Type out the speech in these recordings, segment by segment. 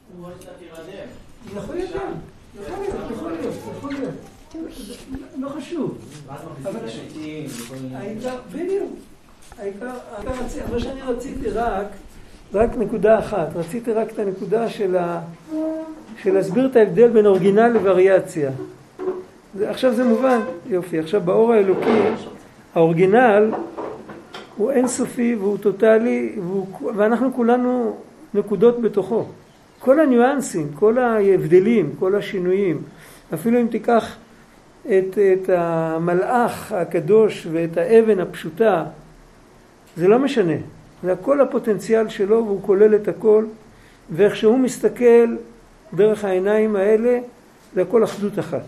הוא רוצה תירדם. יכול להיות גם. יכול להיות. לא חשוב. אבל העיקר, בדיוק. מה שאני רציתי רק נקודה אחת. רציתי רק את הנקודה של להסביר את ההבדל בין אורגינל לווריאציה. עכשיו זה מובן. יופי. עכשיו באור האלוקי, האורגינל הוא אינסופי והוא טוטלי, ואנחנו כולנו נקודות בתוכו. כל הניואנסים, כל ההבדלים, כל השינויים, אפילו אם תיקח את המלאך הקדוש ואת האבן הפשוטה, זה לא משנה. זה הכל הפוטנציאל שלו והוא כולל את הכל, ואיך שהוא מסתכל דרך העיניים האלה, זה הכל אחדות אחת.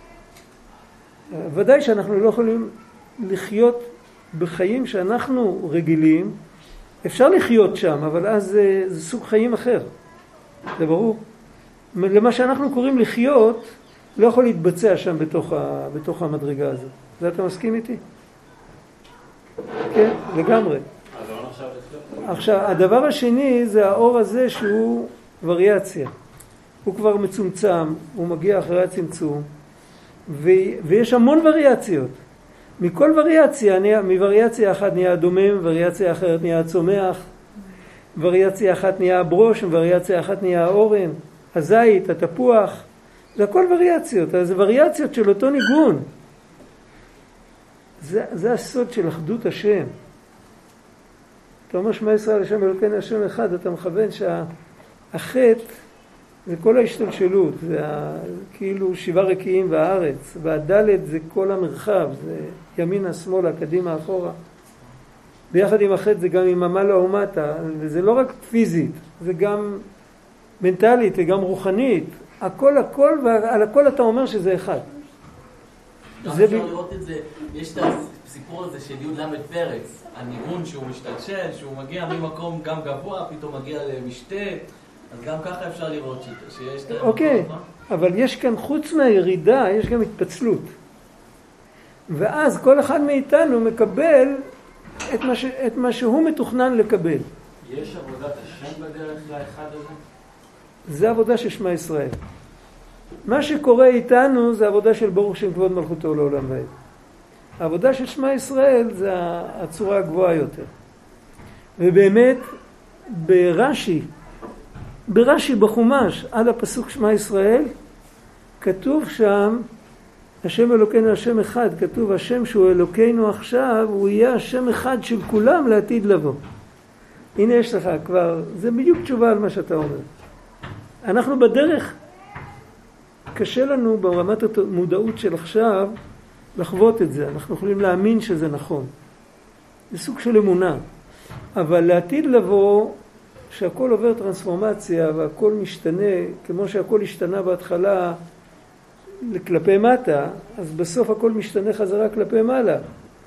ודאי שאנחנו לא יכולים לחיות בחיים שאנחנו רגילים, אפשר לחיות שם, אבל אז זה סוג חיים אחר. זה ברור. למה שאנחנו קוראים לחיות, לא יכול להתבצע שם בתוך המדרגה הזאת. זה אתה מסכים איתי? כן, לגמרי. עכשיו, הדבר השני זה האור הזה שהוא וריאציה. הוא כבר מצומצם, הוא מגיע אחרי הצמצום, ויש המון וריאציות. מכל וריאציה, מווריאציה אחת נהיה דומם, וריאציה אחרת נהיה צומח, וריאציה אחת נהיה הברוש, וריאציה אחת נהיה האורן, הזית, התפוח, זה הכל וריאציות, זה וריאציות של אותו ניגון. זה הסוד של אחדות השם. אתה אומר שמע ישראל השם אלוקינו השם אחד, אתה מכוון שהחטא זה כל ההשתלשלות, זה כאילו 7 רקיעים והארץ, והדלת זה כל המרחב, זה ימינה, שמאלה, קדימה, אחורה. ביחד עם החטא זה גם עם המעלה ומטה, וזה לא רק פיזית, זה גם מנטלית וגם רוחנית. הכל, ועל הכל אתה אומר שזה אחד. אפשר לראות את זה, יש את הסיפור הזה של י' למד פרץ, הניגון שהוא משתלשל, שהוא מגיע ממקום גם גבוה, פתאום מגיע למשתה, אז גם ככה אפשר לראות שיש את... אוקיי, אבל יש כאן חוץ מהירידה, יש גם התפצלות. ואז כל אחד מאיתנו מקבל את מה שהוא מתוכנן לקבל. יש עבודת השם בדרך לאחד הזה? זה עבודה של שמע ישראל. מה שקורה איתנו זה עבודה של ברוך שם כבוד מלכותו לעולם ועד. העבודה של שמע ישראל זה הצורה הגבוהה יותר. ובאמת ברש"י בחומש עד הפסוק שמע ישראל כתוב שם השם אלוקינו השם אחד, כתוב השם שהוא אלוקינו עכשיו הוא יהיה השם אחד של כולם לעתיד לבוא. הנה יש לך כבר, זה בדיוק תשובה על מה שאתה אומר. אנחנו בדרך, קשה לנו ברמת המודעות של עכשיו לחוות את זה. אנחנו יכולים להאמין שזה נכון. זה סוג של אמונה. אבל לעתיד לבוא, שהכל עובר טרנספורמציה והכל משתנה, כמו שהכל השתנה בהתחלה כלפי מטה, אז בסוף הכל משתנה חזרה כלפי מעלה.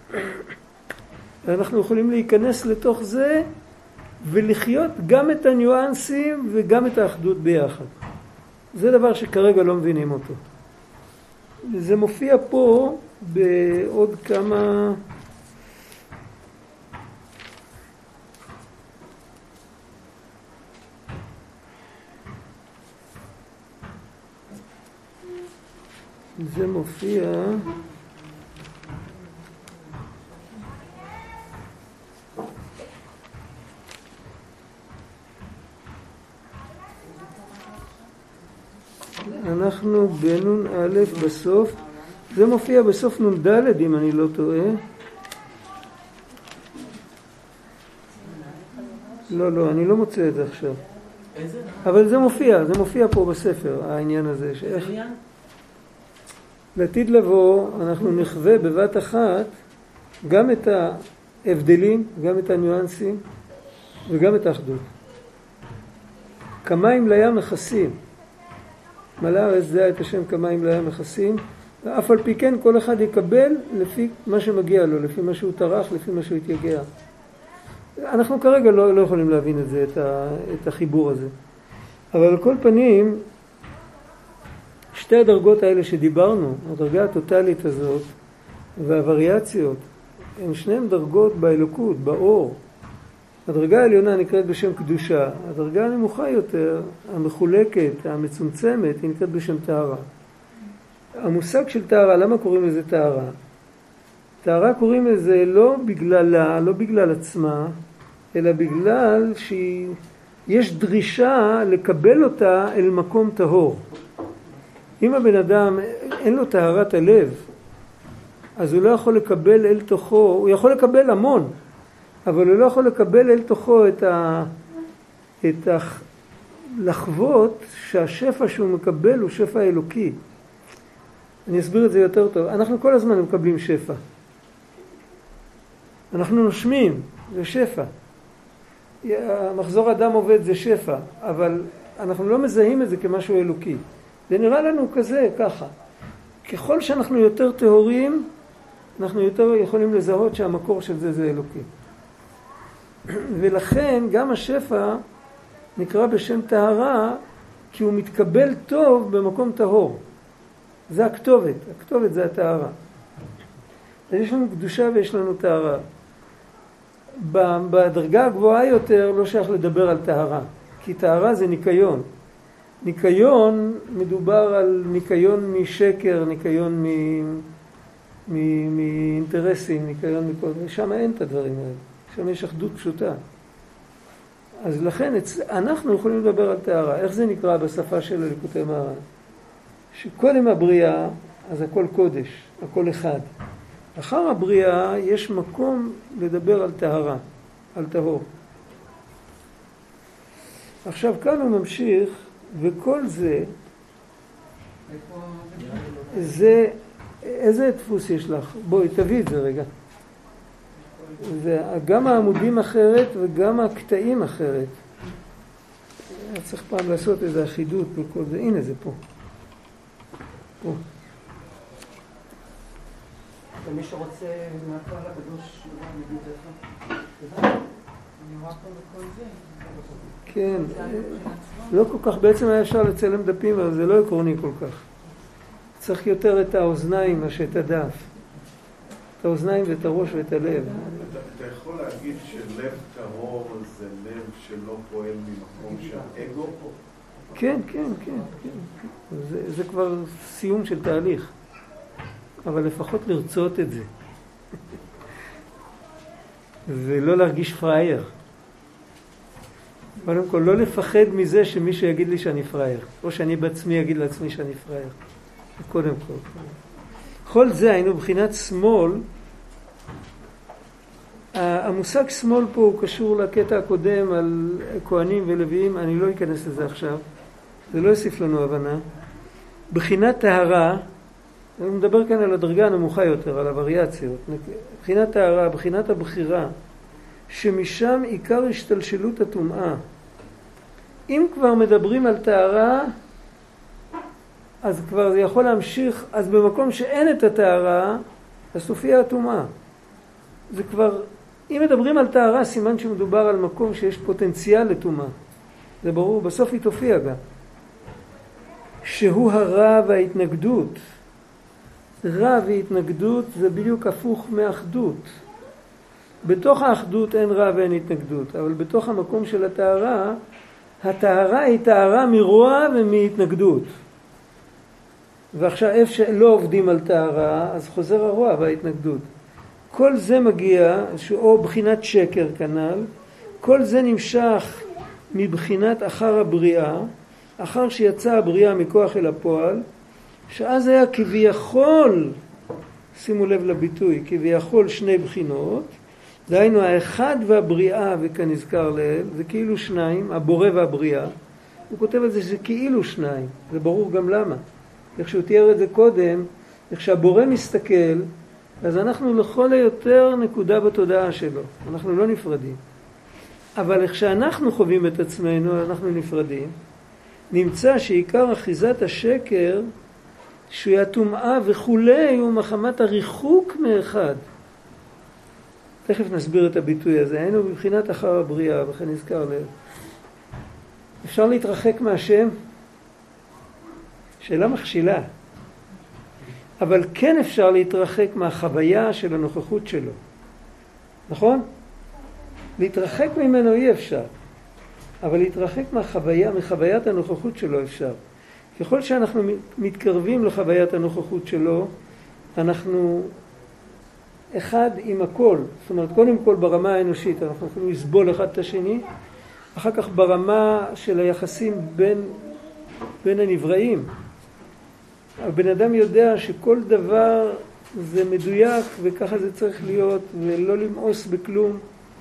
אנחנו יכולים להיכנס לתוך זה ולחיות גם את הניואנסים וגם את האחדות ביחד. זה דבר שכרגע לא מבינים אותו. זה מופיע פה בעוד כמה... זה מופיע... אנחנו בנון א' בסוף, זה מופיע בסוף נון ד' אם אני לא טועה. לא, אני לא מוצא את זה עכשיו. איזה? אבל זה מופיע פה בספר, העניין הזה. שאיך... לעתיד לבוא, אנחנו נחווה בבת אחת גם את ההבדלים, גם את הניואנסים וגם את האחדות. כמים לים מכסים. מלא הארץ דעה את השם כמים לים מכסים, ואף על פי כן כל אחד יקבל לפי מה שמגיע לו, לפי מה שהוא טרח, לפי מה שהוא התייגע. אנחנו כרגע לא יכולים להבין את זה, את החיבור הזה. אבל על כל פנים, שתי הדרגות האלה שדיברנו, הדרגה הטוטלית הזאת והווריאציות, הן שניהם דרגות באלוקות, באור. הדרגה העליונה נקראת בשם קדושה. הדרגה הנמוכה יותר, המחולקת, המצומצמת, היא נקראת בשם טהרה. המושג של טהרה, למה קוראים לזה טהרה? טהרה קוראים לזה לא בגלל עצמה, אלא בגלל שיש דרישה לקבל אותה אל מקום טהור. אם הבן אדם אין לו טהרת הלב, אז הוא לא יכול לקבל אל תוכו, הוא יכול לקבל המון, אבל הוא לא יכול לקבל אל תוכו לחוות שהשפע שהוא מקבל הוא שפע אלוקי. אני אסביר את זה יותר טוב. אנחנו כל הזמן מקבלים שפע. אנחנו נושמים, זה שפע. מחזור הדם עובד, זה שפע, אבל אנחנו לא מזהים את זה כמשהו אלוקי. זה נראה לנו כזה, ככה. ככל שאנחנו יותר טהורים, אנחנו יותר יכולים לזהות שהמקור של זה אלוקי. ולכן גם השפע נקרא בשם טהרה, כי הוא מתקבל טוב במקום טהור. זה הכתובת. הכתובת זה הטהרה. אז יש לנו קדושה ויש לנו טהרה. בדרגה הגבוהה יותר לא שייך לדבר על טהרה, כי טהרה זה ניקיון. ניקיון מדובר על ניקיון משקר, ניקיון מאינטרסים, ניקיון מכל. שם אין את הדברים האלה. שם יש אחדות פשוטה. אז לכן אנחנו יכולים לדבר על טהרה. איך זה נקרא בשפה של הליקוטי מהר"ן? שקודם הבריאה, אז הכל קודש, הכל אחד. אחר הבריאה יש מקום לדבר על טהרה, על טהור. עכשיו כאן הוא ממשיך, וכל זה, איזה דפוס יש לך? בואי, תביא את זה רגע. גם העמודים אחרת וגם הקטעים אחרת. צריך פעם לעשות איזו אחידות בכל זה. הנה זה פה. פה. ומי שרוצה מהקהל הקדוש נגיד איפה? אני רואה פה בכל זה. כן. לא כל כך, בעצם היה אפשר לצלם דפים, אבל זה לא עקרוני כל כך. צריך יותר את האוזניים מאשר את הדף. את האוזניים ואת הראש ואת הלב. אתה יכול להגיד שלב טהור זה לב שלא פועל ממקום של אגו? כן. זה כבר סיום של תהליך. אבל לפחות לרצות את זה. ולא להרגיש פראייר. קודם כל, לא לפחד מזה שמישהו יגיד לי שאני פראייר. או שאני בעצמי אגיד לעצמי שאני פראייר. קודם כל. כל זה היינו בחינת שמאל. המושג שמאל פה הוא קשור לקטע הקודם על כהנים ולוויים. אני לא אכנס לזה עכשיו. זה לא יוסיף לנו הבנה. בחינת טהרה, אני מדבר כאן על הדרגה הנמוכה יותר, על הווריאציות. בחינת טהרה, בחינת הבחירה, שמשם עיקר השתלשלות הטומאה. אם כבר מדברים על טהרה, אז כבר זה יכול להמשיך, אז במקום שאין את הטהרה, אז תופיע הטומאה. זה כבר, אם מדברים על טהרה, סימן שמדובר על מקום שיש פוטנציאל לטומאה. זה ברור, בסוף היא תופיע גם. שהוא הרע וההתנגדות. רע והתנגדות זה בדיוק הפוך מאחדות. בתוך האחדות אין רע ואין התנגדות, אבל בתוך המקום של הטהרה, הטהרה היא טהרה מרוע ומהתנגדות. ועכשיו איפה שלא עובדים על טהרה, אז חוזר הרוע וההתנגדות. כל זה מגיע, או בחינת שקר כנ"ל, כל זה נמשך מבחינת אחר הבריאה, אחר שיצאה הבריאה מכוח אל הפועל, שאז היה כביכול, שימו לב לביטוי, כביכול שני בחינות, דהיינו האחד והבריאה וכנזכר לאל, זה כאילו שניים, הבורא והבריאה. הוא כותב על זה שזה כאילו שניים, זה ברור גם למה. איך שהוא תיאר את זה קודם, איך שהבורא מסתכל, אז אנחנו לכל היותר נקודה בתודעה שלו, אנחנו לא נפרדים. אבל איך שאנחנו חווים את עצמנו, אנחנו נפרדים, נמצא שעיקר אחיזת השקר, שהוא הטומאה וכולי, הוא מחמת הריחוק מאחד. תכף נסביר את הביטוי הזה. היינו בבחינת אחר הבריאה, וכן נזכר לב. אפשר להתרחק מהשם? שאלה מכשילה. אבל כן אפשר להתרחק מהחוויה של הנוכחות שלו. נכון? להתרחק ממנו אי אפשר. אבל להתרחק מחוויית הנוכחות שלו אפשר. ככל שאנחנו מתקרבים לחוויית הנוכחות שלו, אנחנו אחד עם הכל. זאת אומרת, קודם כל ברמה האנושית, אנחנו יכולים לסבול אחד את השני, אחר כך ברמה של היחסים בין הנבראים. הבן אדם יודע שכל דבר זה מדויק וככה זה צריך להיות, ולא למאוס בכלום.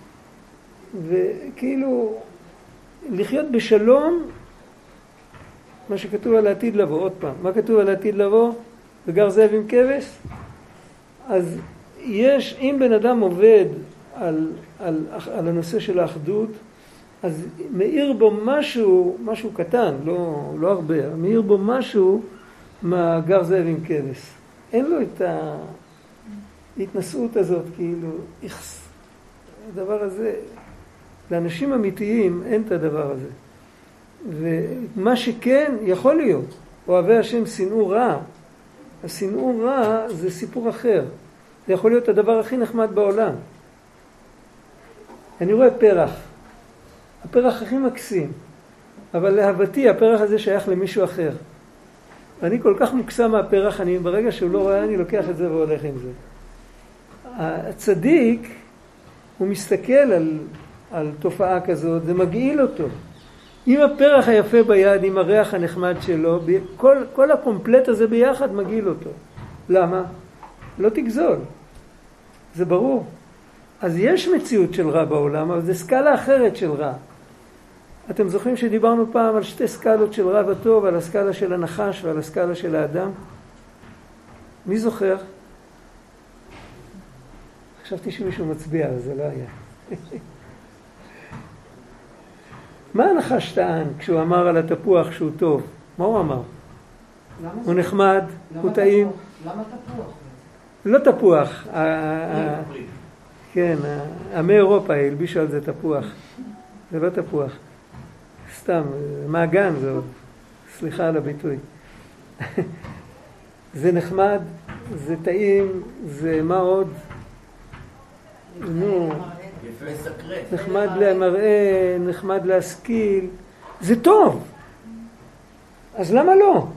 וכאילו לחיות בשלום, מה שכתוב על העתיד לבוא. עוד פעם, מה כתוב על העתיד לבוא? וגר זאב עם כבש? אז יש, אם בן אדם עובד על הנושא של האחדות, אז מאיר בו משהו קטן, לא הרבה, מאיר בו משהו מהגר זאב עם כבש. אין לו את ההתנסות הזאת, כאילו, הדבר הזה, לאנשים אמיתיים אין את הדבר הזה. ומה שכן יכול להיות, אוהבי השם שנאו רע. השנאו רע זה סיפור אחר. זה יכול להיות הדבר הכי נחמד בעולם. אני רואה פרח. הפרח הכי מקסים. אבל להבתי, הפרח הזה שייך למישהו אחר. ואני כל כך מוקסם מהפרח, ברגע שהוא לא רואה, אני לוקח את זה והולך עם זה. הצדיק, הוא מסתכל על תופעה כזאת, זה מגעיל אותו. עם הפרח היפה ביד, עם הריח הנחמד שלו, כל הקומפלט הזה ביחד מגעיל אותו. למה? לא תגזול. זה ברור. אז יש מציאות של רע בעולם, אבל זה סקאלה אחרת של רע. אתם זוכרים שדיברנו פעם על שתי סקאלות של רע וטוב, על הסקאלה של הנחש ועל הסקאלה של האדם? מי זוכר? חשבתי שמישהו מצביע, אבל זה לא היה. מה הנחש טען כשהוא אמר על התפוח שהוא טוב? מה הוא אמר? הוא נחמד, הוא טעים. למה תפוח? לא תפוח. כן, עמי אירופה הלבישו על זה תפוח. זה לא תפוח. סתם, מעגן זה עוד. סליחה על הביטוי. זה נחמד, זה טעים, זה מה עוד? נו, נחמד למראה, נחמד להשכיל. זה טוב. אז למה לא?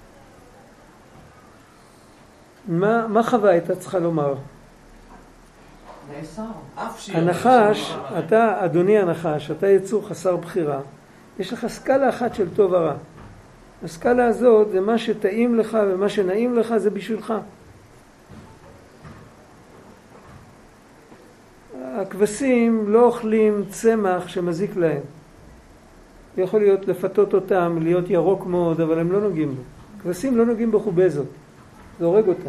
מה חווה הייתה צריכה לומר? הנחש, אתה, אדוני הנחש, אתה יצור חסר בחירה. יש לך סקאלה אחת של טוב ורע. הסקאלה הזאת זה מה שטעים לך ומה שנעים לך זה בשבילך. הכבשים לא אוכלים צמח שמזיק להם. יכול להיות לפתות אותם, להיות ירוק מאוד, אבל הם לא נוגעים בו. כבשים לא נוגעים בחובזות. זה הורג אותם.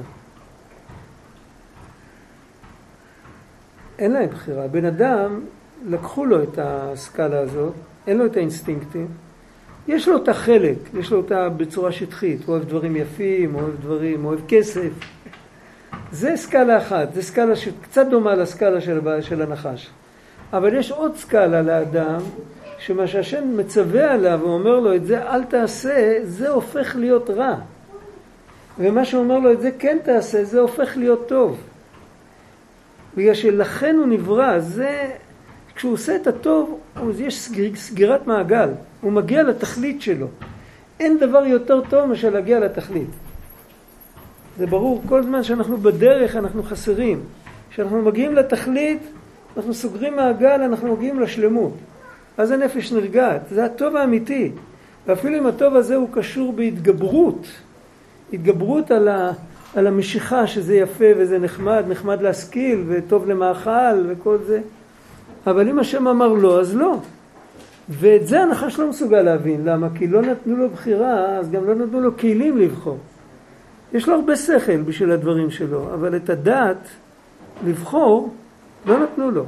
אין להם בחירה. בן אדם, לקחו לו את הסקאלה הזאת, אין לו את האינסטינקטים. יש לו אותה חלק, יש לו אותה בצורה שטחית. הוא אוהב דברים יפים, אוהב כסף. זה סקאלה אחת, זה סקאלה שקצת דומה לסקאלה של הנחש. אבל יש עוד סקאלה לאדם, שמה שהשם מצווה עליו ואומר לו את זה אל תעשה, זה הופך להיות רע. ומה שאומר לו את זה כן תעשה, זה הופך להיות טוב. בגלל שלכן הוא נברא, זה, כשהוא עושה את הטוב, יש סגירת מעגל. הוא מגיע לתכלית שלו. אין דבר יותר טוב מאשר להגיע לתכלית. זה ברור, כל זמן שאנחנו בדרך אנחנו חסרים. כשאנחנו מגיעים לתכלית, אנחנו סוגרים מעגל, אנחנו מגיעים לשלמות. אז הנפש נרגעת, זה הטוב האמיתי. ואפילו אם הטוב הזה הוא קשור בהתגברות, התגברות על המשיכה שזה יפה וזה נחמד להשכיל וטוב למאכל וכל זה. אבל אם השם אמר לא, אז לא. ואת זה הנחש לא מסוגל להבין. למה? כי לא נתנו לו בחירה, אז גם לא נתנו לו כלים לבחור. יש לו הרבה שכל בשביל הדברים שלו, אבל את הדעת לבחור לא נתנו לו.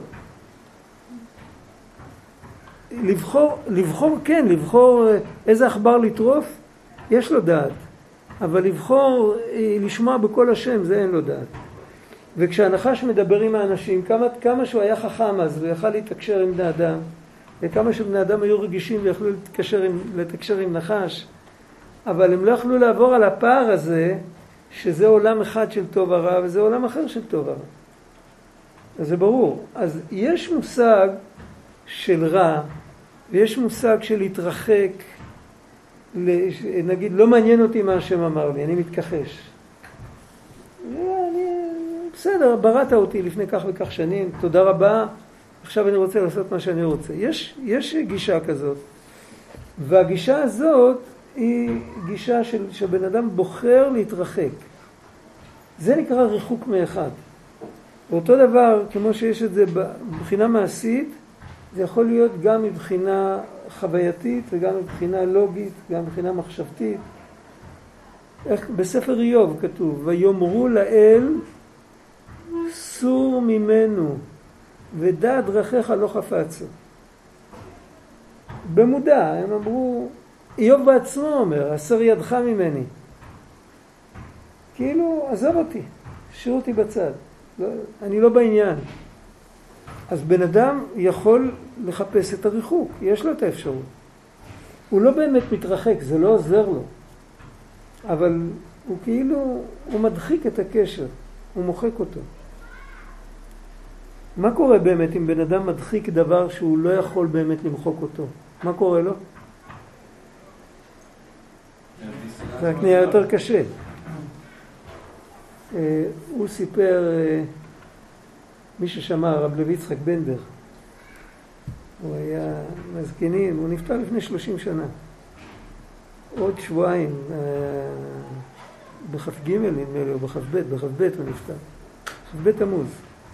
לבחור איזה עכבר לטרוף, יש לו דעת. אבל לבחור לשמוע בכל השם, זה אין לו דעת. וכשהנחש מדבר עם האנשים, כמה שהוא היה חכם אז, הוא יכל להתקשר עם בני אדם, וכמה שבני אדם היו רגישים ויכלו לתקשר עם נחש, אבל הם לא יכלו לעבור על הפער הזה, שזה עולם אחד של טוב ורע, וזה עולם אחר של טוב ורע. אז זה ברור. אז יש מושג של רע, ויש מושג של להתרחק, נגיד, לא מעניין אותי מה השם אמר לי, אני מתכחש. בסדר, בראת אותי לפני כך וכך שנים, תודה רבה, עכשיו אני רוצה לעשות מה שאני רוצה. יש גישה כזאת, והגישה הזאת היא גישה שבן אדם בוחר להתרחק. זה נקרא ריחוק מאחד. ואותו דבר, כמו שיש את זה מבחינה מעשית, זה יכול להיות גם מבחינה חווייתית וגם מבחינה לוגית, גם מבחינה מחשבתית. בספר איוב כתוב, ויאמרו לאל, סור ממנו, ודע דרכיך לא חפצו. במודע, הם אמרו, איוב בעצמו אומר, הסר ידך ממני. כאילו, עזוב אותי, שאיר אותי בצד. לא, אני לא בעניין. אז בן אדם יכול לחפש את הריחוק, יש לו את האפשרות. הוא לא באמת מתרחק, זה לא עוזר לו. אבל הוא כאילו, הוא מדחיק את הקשר, הוא מוחק אותו. מה קורה באמת אם בן אדם מדחיק דבר שהוא לא יכול באמת למחוק אותו? מה קורה לו? זה רק נהיה יותר קשה. הוא סיפר, מי ששמע, הרב לוי יצחק בנדר, הוא היה מזקנים, הוא נפטר לפני 30 שנה. עוד שבועיים, בכ"ג נדמה לי, או בכ"ב הוא נפטר. בכ"ב תמוז.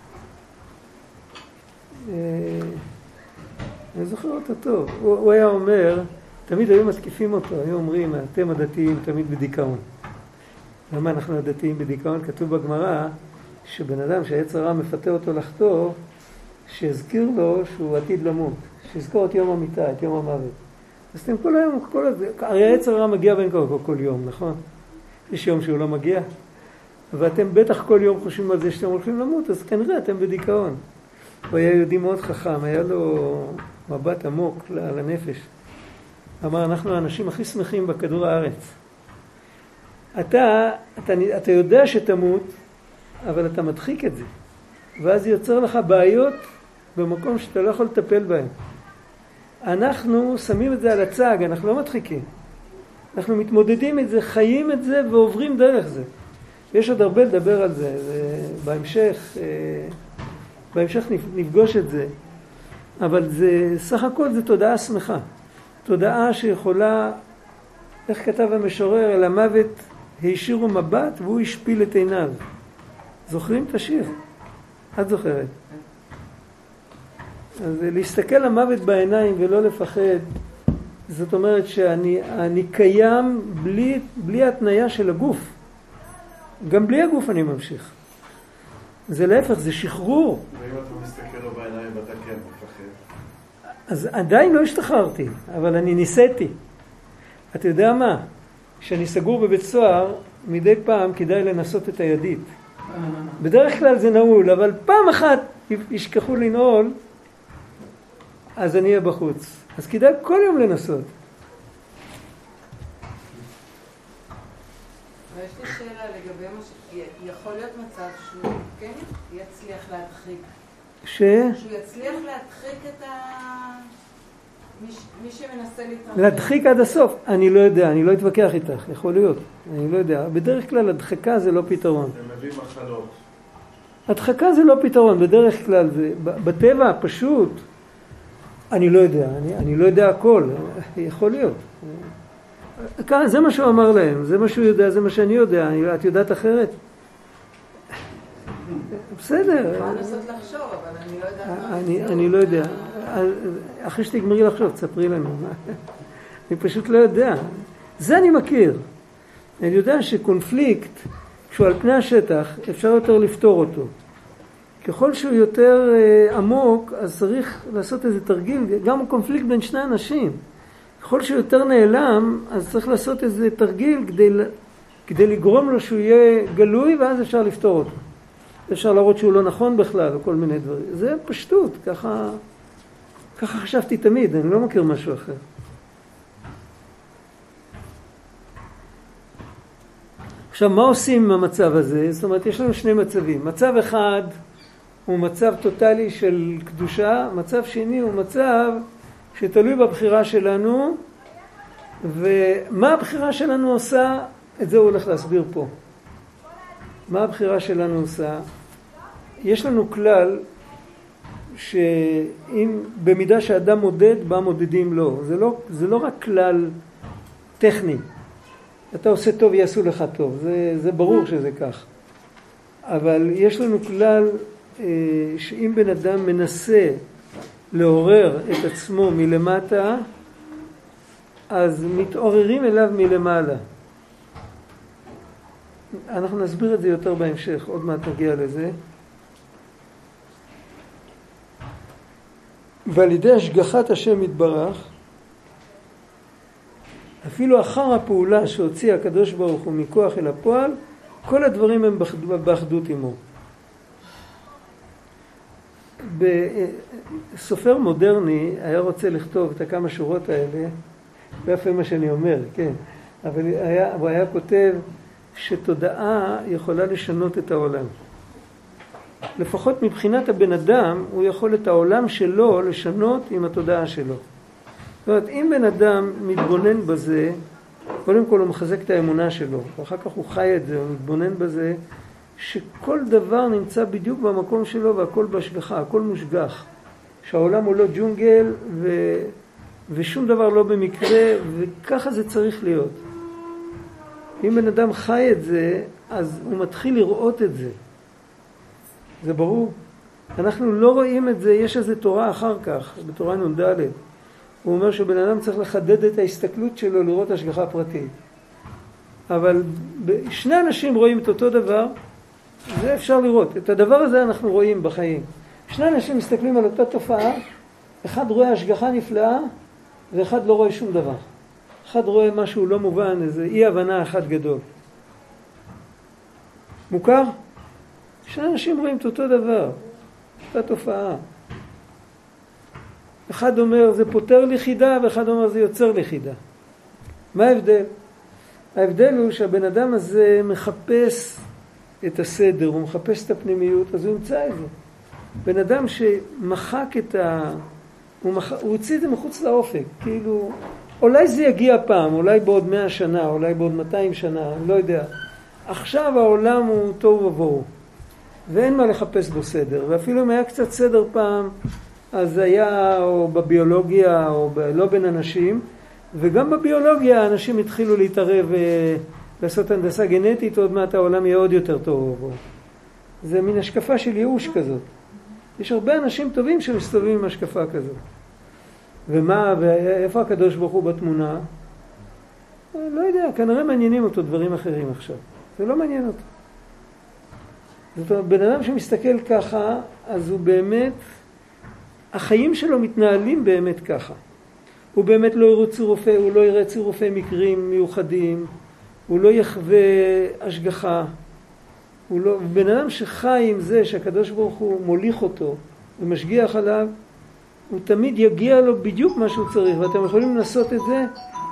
אני זוכר אותו טוב. הוא היה אומר, תמיד היו מתקיפים אותו, היו אומרים, אתם הדתיים תמיד בדיכאון. למה אנחנו הדתיים בדיכאון? כתוב בגמרא שבן אדם שהיצר הרע מפתה אותו לחטוא, שיזכיר לו שהוא עתיד למות, שיזכור את יום המיטה, את יום המוות. אז אתם כל היום, הרי היצר הרע מגיע בין כל יום, נכון? יש יום שהוא לא מגיע, ואתם בטח כל יום חושבים על זה שאתם הולכים למות, אז כנראה אתם בדיכאון. הוא היה יהודי מאוד חכם, היה לו מבט עמוק לנפש. אמר, אנחנו האנשים הכי שמחים בכדור הארץ. אתה יודע שתמות, אבל אתה מדחיק את זה. ואז יוצר לך בעיות במקום שאתה לא יכול לטפל בהם. אנחנו שמים את זה על הצג, אנחנו לא מדחיקים. אנחנו מתמודדים את זה, חיים את זה ועוברים דרך זה. יש עוד הרבה לדבר על זה, בהמשך נפגוש את זה. אבל זה, סך הכל זה תודעה שמחה. תודעה שיכולה, איך כתב המשורר, אל המוות הישירו מבט והוא השפיל את עיניו. זוכרים את השיר? את זוכרת? אז להסתכל למוות בעיניים ולא לפחד, זאת אומרת שאני קיים בלי התניה של הגוף. גם בלי הגוף אני ממשיך. זה להפך, זה שחרור. ואם אתה מסתכל לו בעיניים ואתה כן מפחד? אז עדיין לא השתחררתי, אבל אני ניסיתי. אתה יודע מה? כשאני סגור בבית סוהר, מדי פעם כדאי לנסות את הידית. בדרך כלל זה נעול, אבל פעם אחת ישכחו לנעול, אז אני אהיה בחוץ. אז כדאי כל יום לנסות. ויש לי שאלה לגבי מה יכול להיות מצב שהוא כן יצליח להדחיק. שהוא יצליח להדחיק את מי שמנסה להתרחק. להדחיק עד הסוף. אני לא יודע, אני לא אתווכח איתך, יכול להיות. אני לא יודע. בדרך כלל הדחקה זה לא פתרון. זה מביא מחלות. הדחקה זה לא פתרון, בדרך כלל זה, בטבע הפשוט, אני לא יודע, אני לא יודע הכל, יכול להיות. זה מה שהוא אמר להם, זה מה שהוא יודע, זה מה שאני יודע, את יודעת אחרת? בסדר. מה לנסות לחשוב, אבל אני לא יודעת. אני לא יודע. אחרי שתגמרי לחשוב, תספרי לנו. אני פשוט לא יודע. זה אני מכיר. אני יודע שקונפליקט, כשהוא על פני השטח, אפשר יותר לפתור אותו. ככל שהוא יותר עמוק, אז צריך לעשות איזה תרגיל, גם קונפליקט בין שני אנשים. ככל שהוא יותר נעלם, אז צריך לעשות איזה תרגיל כדי לגרום לו שהוא יהיה גלוי, ואז אפשר לפתור אותו. אפשר להראות שהוא לא נכון בכלל, או כל מיני דברים. זה פשטות, ככה חשבתי תמיד, אני לא מכיר משהו אחר. עכשיו, מה עושים עם המצב הזה? זאת אומרת, יש לנו שני מצבים. מצב אחד, הוא מצב טוטלי של קדושה, מצב שני הוא מצב שתלוי בבחירה שלנו, ומה הבחירה שלנו עושה, את זה הוא הולך להסביר פה. מה הבחירה שלנו עושה? יש לנו כלל שאם במידה שאדם מודד, בה מודדים לו. זה לא רק כלל טכני. אתה עושה טוב, יעשו לך טוב. זה ברור שזה כך. אבל יש לנו כלל שאם בן אדם מנסה לעורר את עצמו מלמטה, אז מתעוררים אליו מלמעלה. אנחנו נסביר את זה יותר בהמשך, עוד מעט נגיע לזה. ועל ידי השגחת השם יתברך, אפילו אחר הפעולה שהוציא הקדוש ברוך הוא מכוח אל הפועל, כל הדברים הם באחדות עמו. בסופר מודרני היה רוצה לכתוב את הכמה שורות האלה, ואף מה שאני אומר, כן. אבל הוא היה כותב שתודעה יכולה לשנות את העולם. לפחות מבחינת הבן אדם, הוא יכול את העולם שלו לשנות עם התודעה שלו. זאת אומרת, אם בן אדם מתבונן בזה, קודם כל הוא מחזק את האמונה שלו, ואחר כך הוא חי את זה, הוא מתבונן בזה, שכל דבר נמצא בדיוק במקום שלו והכל בהשגחה, הכל מושגח. שהעולם הוא לא ג'ונגל ושום דבר לא במקרה, וככה זה צריך להיות. אם בן אדם חי את זה, אז הוא מתחיל לראות את זה. זה ברור. אנחנו לא רואים את זה, יש איזו תורה אחר כך, בתורה נ"ד. הוא אומר שבן אדם צריך לחדד את ההסתכלות שלו לראות השגחה פרטית. אבל שני אנשים רואים את אותו דבר, זה אפשר לראות. את הדבר הזה אנחנו רואים בחיים. שני אנשים מסתכלים על אותה תופעה, אחד רואה השגחה נפלאה, ואחד לא רואה שום דבר. אחד רואה משהו לא מובן, איזה אי הבנה אחד גדול. מוכר? שני אנשים רואים את אותו דבר, אותה תופעה. אחד אומר זה פותר לי חידה, ואחד אומר זה יוצר לי חידה. מה ההבדל? ההבדל הוא שהבן אדם הזה מחפש את הסדר, הוא מחפש את הפנימיות, אז הוא ימצא את זה. בן אדם שמחק את הוא הוציא את זה מחוץ לאופק, כאילו, אולי זה יגיע פעם, אולי בעוד 100 שנה, אולי בעוד 200 שנה, אני לא יודע. עכשיו העולם הוא טוב ובואו, ואין מה לחפש בו סדר, ואפילו אם היה קצת סדר פעם, אז היה או בביולוגיה או לא בין אנשים, וגם בביולוגיה אנשים התחילו להתערב לעשות הנדסה גנטית, עוד מעט העולם יהיה עוד יותר טוב. זה מין השקפה של ייאוש כזאת. יש הרבה אנשים טובים שמסתובבים עם השקפה כזאת. ומה, ואיפה הקדוש ברוך הוא בתמונה? לא יודע, כנראה מעניינים אותו דברים אחרים עכשיו. זה לא מעניין אותו. זאת אומרת, בן אדם שמסתכל ככה, אז הוא באמת, החיים שלו מתנהלים באמת ככה. הוא באמת לא יראה צירופי, הוא לא יראה צירופי מקרים מיוחדים, הוא לא יחווה השגחה. בן אדם שחי עם זה שהקדוש ברוך הוא מוליך אותו ומשגיח עליו, הוא תמיד יגיע לו בדיוק מה שהוא צריך, ואתם יכולים לנסות את זה,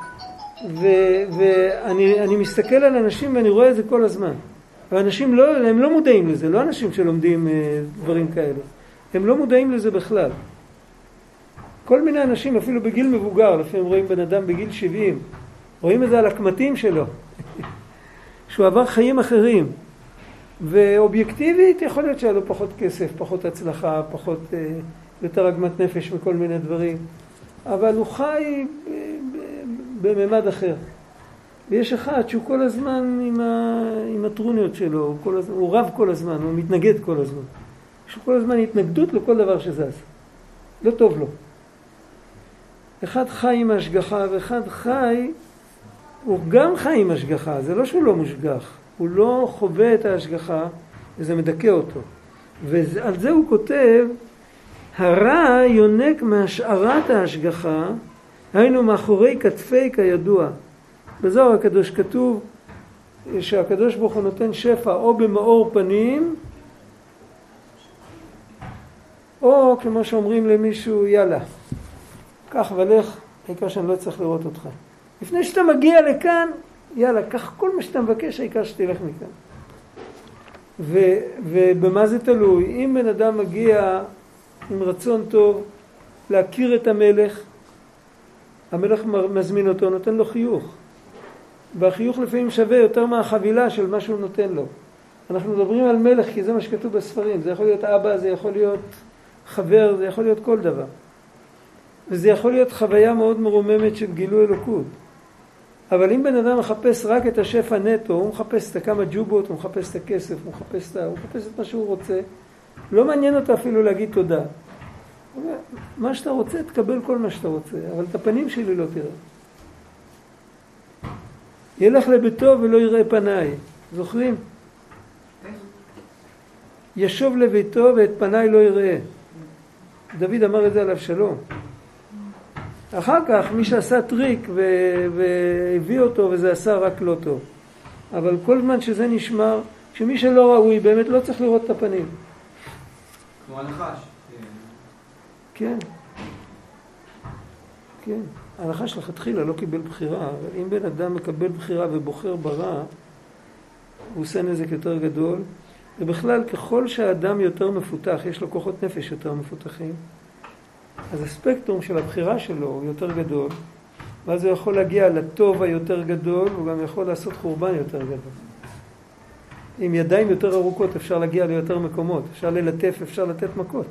ואני מסתכל על אנשים ואני רואה את זה כל הזמן. ואנשים הם לא מודעים לזה, לא אנשים שלומדים דברים כאלה. הם לא מודעים לזה בכלל. כל מיני אנשים, אפילו בגיל מבוגר, לפעמים רואים בן אדם בגיל 70, רואים את זה על הקמטים שלו, שהוא עבר חיים אחרים. ואובייקטיבית יכול להיות שהיה לו פחות כסף, פחות הצלחה, פחות יותר עגמת נפש מכל מיני דברים. אבל הוא חי בממד אחר. ויש אחד שהוא כל הזמן עם הטרוניות שלו, הוא רב כל הזמן, הוא מתנגד כל הזמן. יש כל הזמן התנגדות לכל דבר שזז. לא טוב לו. אחד חי עם השגחה ואחד חי, הוא גם חי עם השגחה, זה לא שהוא לא מושגח. הוא לא חווה את ההשגחה וזה מדכא אותו. ועל זה הוא כותב, הרע יונק מהשארת ההשגחה, היינו מאחורי כתפי כידוע. בזוהר הקדוש כתוב שהקדוש ברוך הוא נותן שפע או במאור פנים, או כמו שאומרים למישהו, יאללה, קח ולך, העיקר שאני לא צריך לראות אותך. לפני שאתה מגיע לכאן, יאללה, קח כל מה שאתה מבקש, העיקר שתלך מכאן. ובמה זה תלוי? אם בן אדם מגיע עם רצון טוב להכיר את המלך, המלך מזמין אותו, נותן לו חיוך. והחיוך לפעמים שווה יותר מהחבילה של מה שהוא נותן לו. אנחנו מדברים על מלך כי זה מה שכתוב בספרים. זה יכול להיות אבא, זה יכול להיות חבר, זה יכול להיות כל דבר. וזה יכול להיות חוויה מאוד מרוממת של גילוי אלוקות. אבל אם בן אדם מחפש רק את השפע נטו, הוא מחפש את כמה ג'ובות, הוא מחפש את הכסף, הוא מחפש את מה שהוא רוצה, לא מעניין אותו אפילו להגיד תודה. הוא אומר, מה שאתה רוצה, תקבל כל מה שאתה רוצה, אבל את הפנים שלי לא תראה. ילך לביתו ולא יראה פניי. זוכרים? ישוב לביתו ואת פניי לא יראה. דוד אמר את זה על אבשלום. אחר כך מי שעשה טריק והביא אותו וזה עשה רק לא טוב. אבל כל זמן שזה נשמר, שמי שלא ראוי באמת לא צריך לראות את הפנים. כמו הנחש. כן. כן. הנחש לכתחילה לא קיבל בחירה, אבל אם בן אדם מקבל בחירה ובוחר ברע, הוא עושה נזק יותר גדול. ובכלל, ככל שהאדם יותר מפותח, יש לו כוחות נפש יותר מפותחים, אז הספקטרום של הבחירה שלו הוא יותר גדול, ואז הוא יכול להגיע לטוב היותר גדול, הוא גם יכול לעשות חורבן יותר גדול. עם ידיים יותר ארוכות אפשר להגיע ליותר מקומות, אפשר ללטף, אפשר לתת מכות.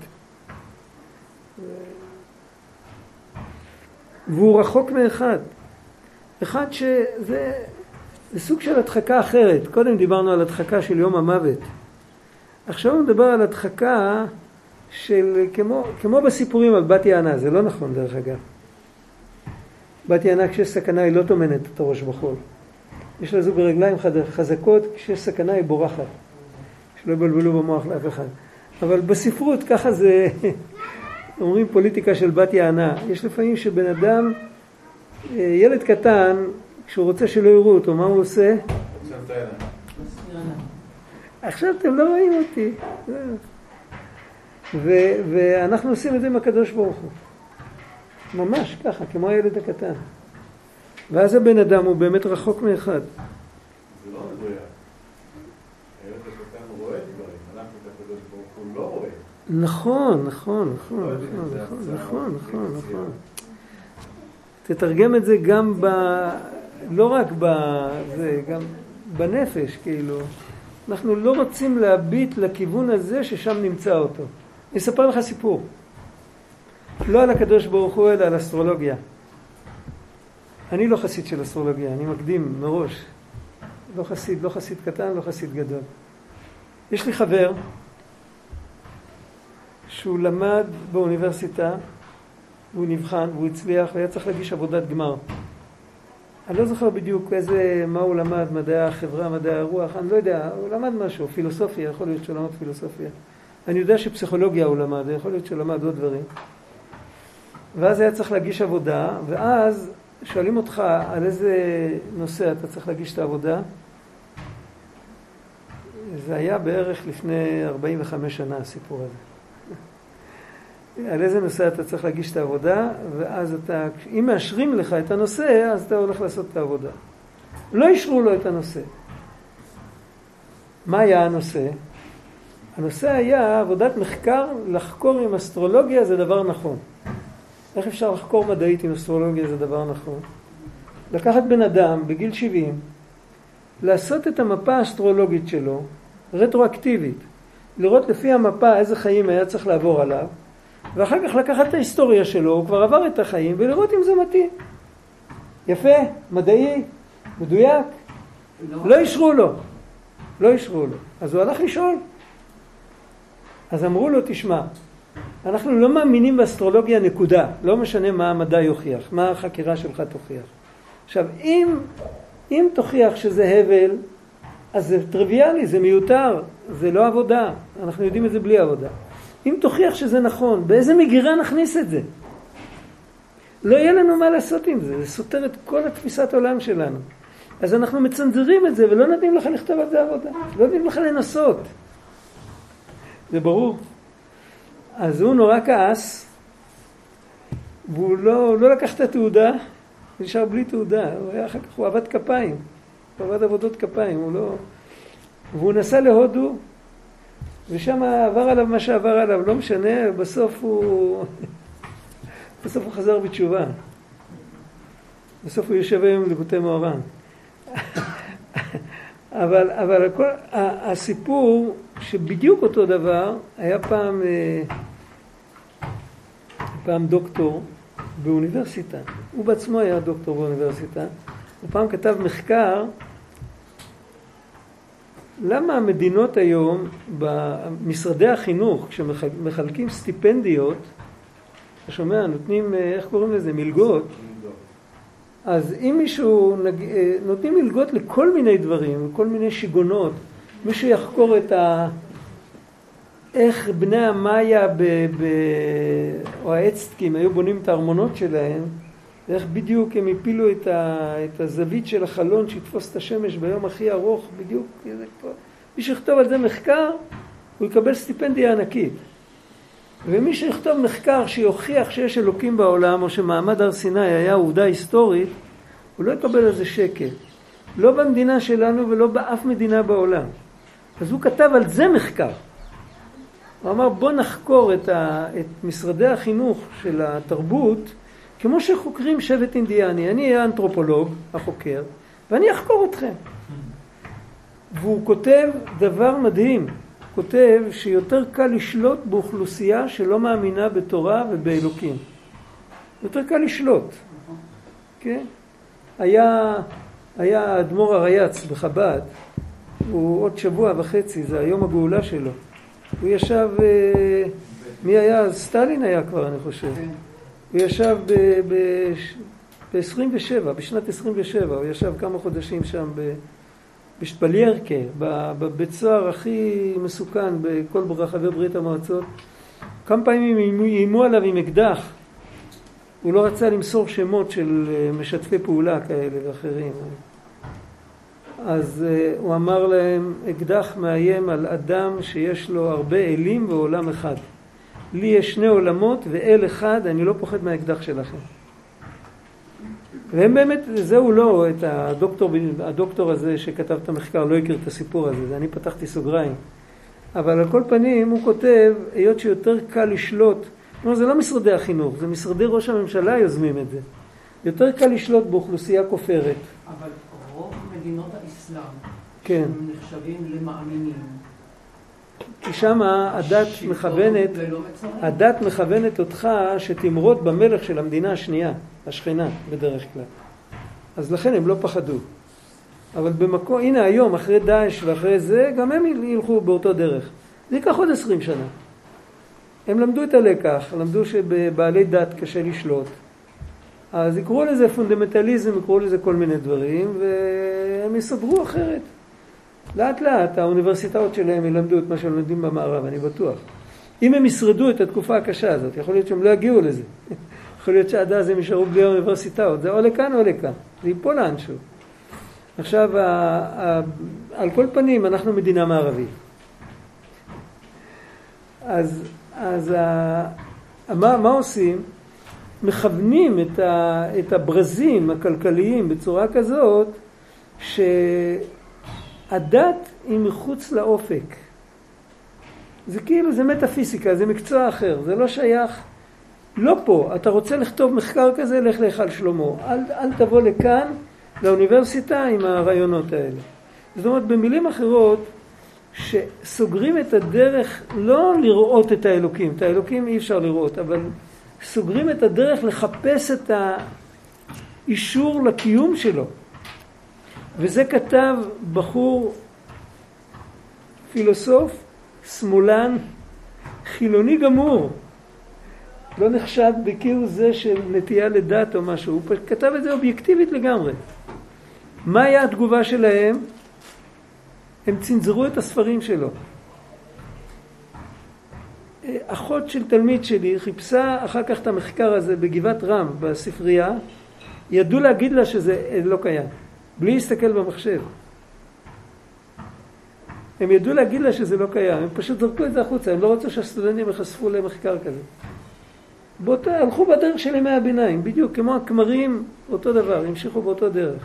והוא רחוק מאחד. אחד שזה סוג של הדחקה אחרת. קודם דיברנו על הדחקה של יום המוות. עכשיו מדבר על הדחקה של, כמו בסיפורים על בת יענה, זה לא נכון דרך אגב. בת יענה כשיש סכנה היא לא תומנת את הראש בחול. יש לה זו ברגליים חזקות, כשיש סכנה היא בורחת. שלא יבלבלו במוח לאף אחד. אבל בספרות ככה זה, אומרים פוליטיקה של בת יענה. יש לפעמים שבן אדם, ילד קטן, כשהוא רוצה שלא יראו אותו, מה הוא עושה? עכשיו אתם לא רואים אותי. ואנחנו עושים את זה עם הקדוש ברוך הוא. ממש ככה, כמו הילד הקטן. ואז הבן אדם הוא באמת רחוק מאחד. זה לא מדויק. הילד הקטן רואה דברים, אנחנו את הקדוש ברוך הוא לא רואה. נכון. תתרגם את זה גם לא רק זה, גם בנפש, כאילו. אנחנו לא רוצים להביט לכיוון הזה ששם נמצא אותו. אני אספר לך סיפור. לא על הקדוש ברוך הוא, אלא על אסטרולוגיה. אני לא חסיד של אסטרולוגיה, אני מקדים מראש. לא חסיד קטן, לא חסיד גדול. יש לי חבר שהוא למד באוניברסיטה, והוא נבחן, והוא הצליח, והיה צריך להגיש עבודת גמר. אני לא זוכר בדיוק מה הוא למד, מדעי החברה, מדעי הרוח, אני לא יודע, הוא למד משהו, פילוסופיה, יכול להיות שהוא למד פילוסופיה. אני יודע שפסיכולוגיה הוא למד, יכול להיות שהוא למד עוד דברים. ואז היה צריך להגיש עבודה, ואז שואלים אותך על איזה נושא אתה צריך להגיש את העבודה. זה היה בערך לפני 45 שנה הסיפור הזה. על איזה נושא אתה צריך להגיש את העבודה, ואז אם מאשרים לך את הנושא, אז אתה הולך לעשות את העבודה. לא אישרו לו את הנושא. מה היה הנושא? הנושא היה עבודת מחקר, לחקור עם אסטרולוגיה זה דבר נכון. איך אפשר לחקור מדעית עם אסטרולוגיה זה דבר נכון? לקחת בן אדם בגיל 70, לעשות את המפה האסטרולוגית שלו, רטרואקטיבית, לראות לפי המפה איזה חיים היה צריך לעבור עליו, ואחר כך לקחת את ההיסטוריה שלו, הוא כבר עבר את החיים, ולראות אם זה מתאים. יפה, מדעי, מדויק. לא אישרו לו. אז הוא הלך לשאול. אז אמרו לו, תשמע, אנחנו לא מאמינים באסטרולוגיה נקודה. לא משנה מה המדע יוכיח, מה החקירה שלך תוכיח. עכשיו, אם תוכיח שזה הבל, אז זה טריוויאלי, זה מיותר, זה לא עבודה. אנחנו יודעים את זה בלי עבודה. אם תוכיח שזה נכון, באיזה מגירה נכניס את זה? לא יהיה לנו מה לעשות עם זה, זה סותר את כל התפיסת העולם שלנו. אז אנחנו מצנזרים את זה ולא נותנים לך לכתוב על זה עבודה, לא נותנים לך לנסות. זה ברור. אז הוא נורא כעס, והוא לא לקח את התעודה, הוא נשאר בלי תעודה, הוא עבד כפיים, הוא עבד עבודות כפיים, והוא נסע להודו, ושם עבר עליו מה שעבר עליו, לא משנה, בסוף הוא חזר בתשובה. בסוף הוא יושב היום לקוטי מאורן. אבל הסיפור שבדיוק אותו דבר, היה פעם דוקטור באוניברסיטה. הוא בעצמו היה דוקטור באוניברסיטה. הוא פעם כתב מחקר, למה המדינות היום, במשרדי החינוך, כשמחלקים סטיפנדיות, אתה שומע, נותנים, איך קוראים לזה, מלגות, אז אם מישהו, נותנים מלגות לכל מיני דברים, לכל מיני שיגונות, מישהו יחקור איך בני המאיה או האצטקים היו בונים את הארמונות שלהם, ואיך בדיוק הם הפילו את הזווית של החלון שיתפוס את השמש ביום הכי ארוך, בדיוק. מי שיכתוב על זה מחקר, הוא יקבל סטיפנדיה ענקית. ומי שיכתוב מחקר שיוכיח שיש אלוקים בעולם, או שמעמד הר סיני היה עובדה היסטורית, הוא לא יקבל על זה שקל. לא במדינה שלנו ולא באף מדינה בעולם. אז הוא כתב על זה מחקר. הוא אמר, בוא נחקור את משרדי החינוך של התרבות, כמו שחוקרים שבט אינדיאני. אני אהיה אנתרופולוג, החוקר, ואני אחקור אתכם. והוא כותב דבר מדהים. הוא כותב שיותר קל לשלוט באוכלוסייה שלא מאמינה בתורה ובאלוקים. יותר קל לשלוט. כן? היה אדמו"ר הרייץ בחב"ד, הוא עוד שבוע וחצי, זה היום הגאולה שלו. הוא ישב, מי היה? סטלין היה כבר, אני חושב. הוא ישב ב-27, בשנת 27, הוא ישב כמה חודשים שם בשפליירקה, בבית סוהר הכי מסוכן בכל רחבי ברית המועצות. כמה פעמים איימו עליו עם אקדח. הוא לא רצה למסור שמות של משתפי פעולה כאלה ואחרים. אז הוא אמר להם, אקדח מאיים על אדם שיש לו הרבה אלים ועולם אחד. לי יש שני עולמות ואל אחד, אני לא פוחד מהאקדח שלכם. והם באמת, זהו לא, את הדוקטור הזה שכתב את המחקר לא הכיר את הסיפור הזה, אני פתחתי סוגריים. אבל על כל פנים הוא כותב, היות שיותר קל לשלוט, זה לא משרדי החינוך, זה משרדי ראש הממשלה יוזמים את זה. יותר קל לשלוט באוכלוסייה כופרת. אבל רוב מדינות האסלאם, כן. הם נחשבים למאמינים. כי שם הדת מכוונת אותך שתמרוד במלך של המדינה השנייה, השכנה בדרך כלל. אז לכן הם לא פחדו. אבל במקום, הנה היום, אחרי דאעש ואחרי זה, גם הם ילכו באותו דרך. זה ייקח עוד 20 שנה. הם למדו את הלקח, למדו שבבעלי דת קשה לשלוט. אז יקראו לזה פונדמנטליזם, יקראו לזה כל מיני דברים, והם יסדרו אחרת. לאט לאט האוניברסיטאות שלהם ילמדו את מה שהם לומדים במערב, אני בטוח. אם הם ישרדו את התקופה הקשה הזאת, יכול להיות שהם לא יגיעו לזה. יכול להיות שעד אז הם יישארו בלי האוניברסיטאות. זה או לכאן או לכאן. זה ייפול לאנשהו. עכשיו, על כל פנים, אנחנו מדינה מערבית. אז מה עושים? מכוונים את הברזים הכלכליים בצורה כזאת שהדת היא מחוץ לאופק. זה כאילו, זה מטאפיזיקה, זה מקצוע אחר, זה לא שייך. לא פה, אתה רוצה לכתוב מחקר כזה, לך להיכל שלמה. אל תבוא לכאן, לאוניברסיטה עם הרעיונות האלה. זאת אומרת, במילים אחרות, שסוגרים את הדרך, לא לראות את האלוקים, את האלוקים אי אפשר לראות, אבל סוגרים את הדרך לחפש את האישור לקיום שלו. וזה כתב בחור פילוסוף, שמאלן, חילוני גמור. לא נחשד בקיר זה של נטייה לדת או משהו. הוא כתב את זה אובייקטיבית לגמרי. מה היה התגובה שלהם? הם צנזרו את הספרים שלו. אחות של תלמיד שלי חיפשה אחר כך את המחקר הזה בגבעת רם, בספרייה. ידעו להגיד לה שזה לא קיים. בלי להסתכל במחשב. הם ידעו להגיד לה שזה לא קיים. הם פשוט זרקו את זה החוצה. הם לא רצו שהסטודנטים יחשפו למחקר כזה. הלכו בדרך של ימי הביניים. בדיוק כמו הכמרים, אותו דבר. המשיכו באותו דרך.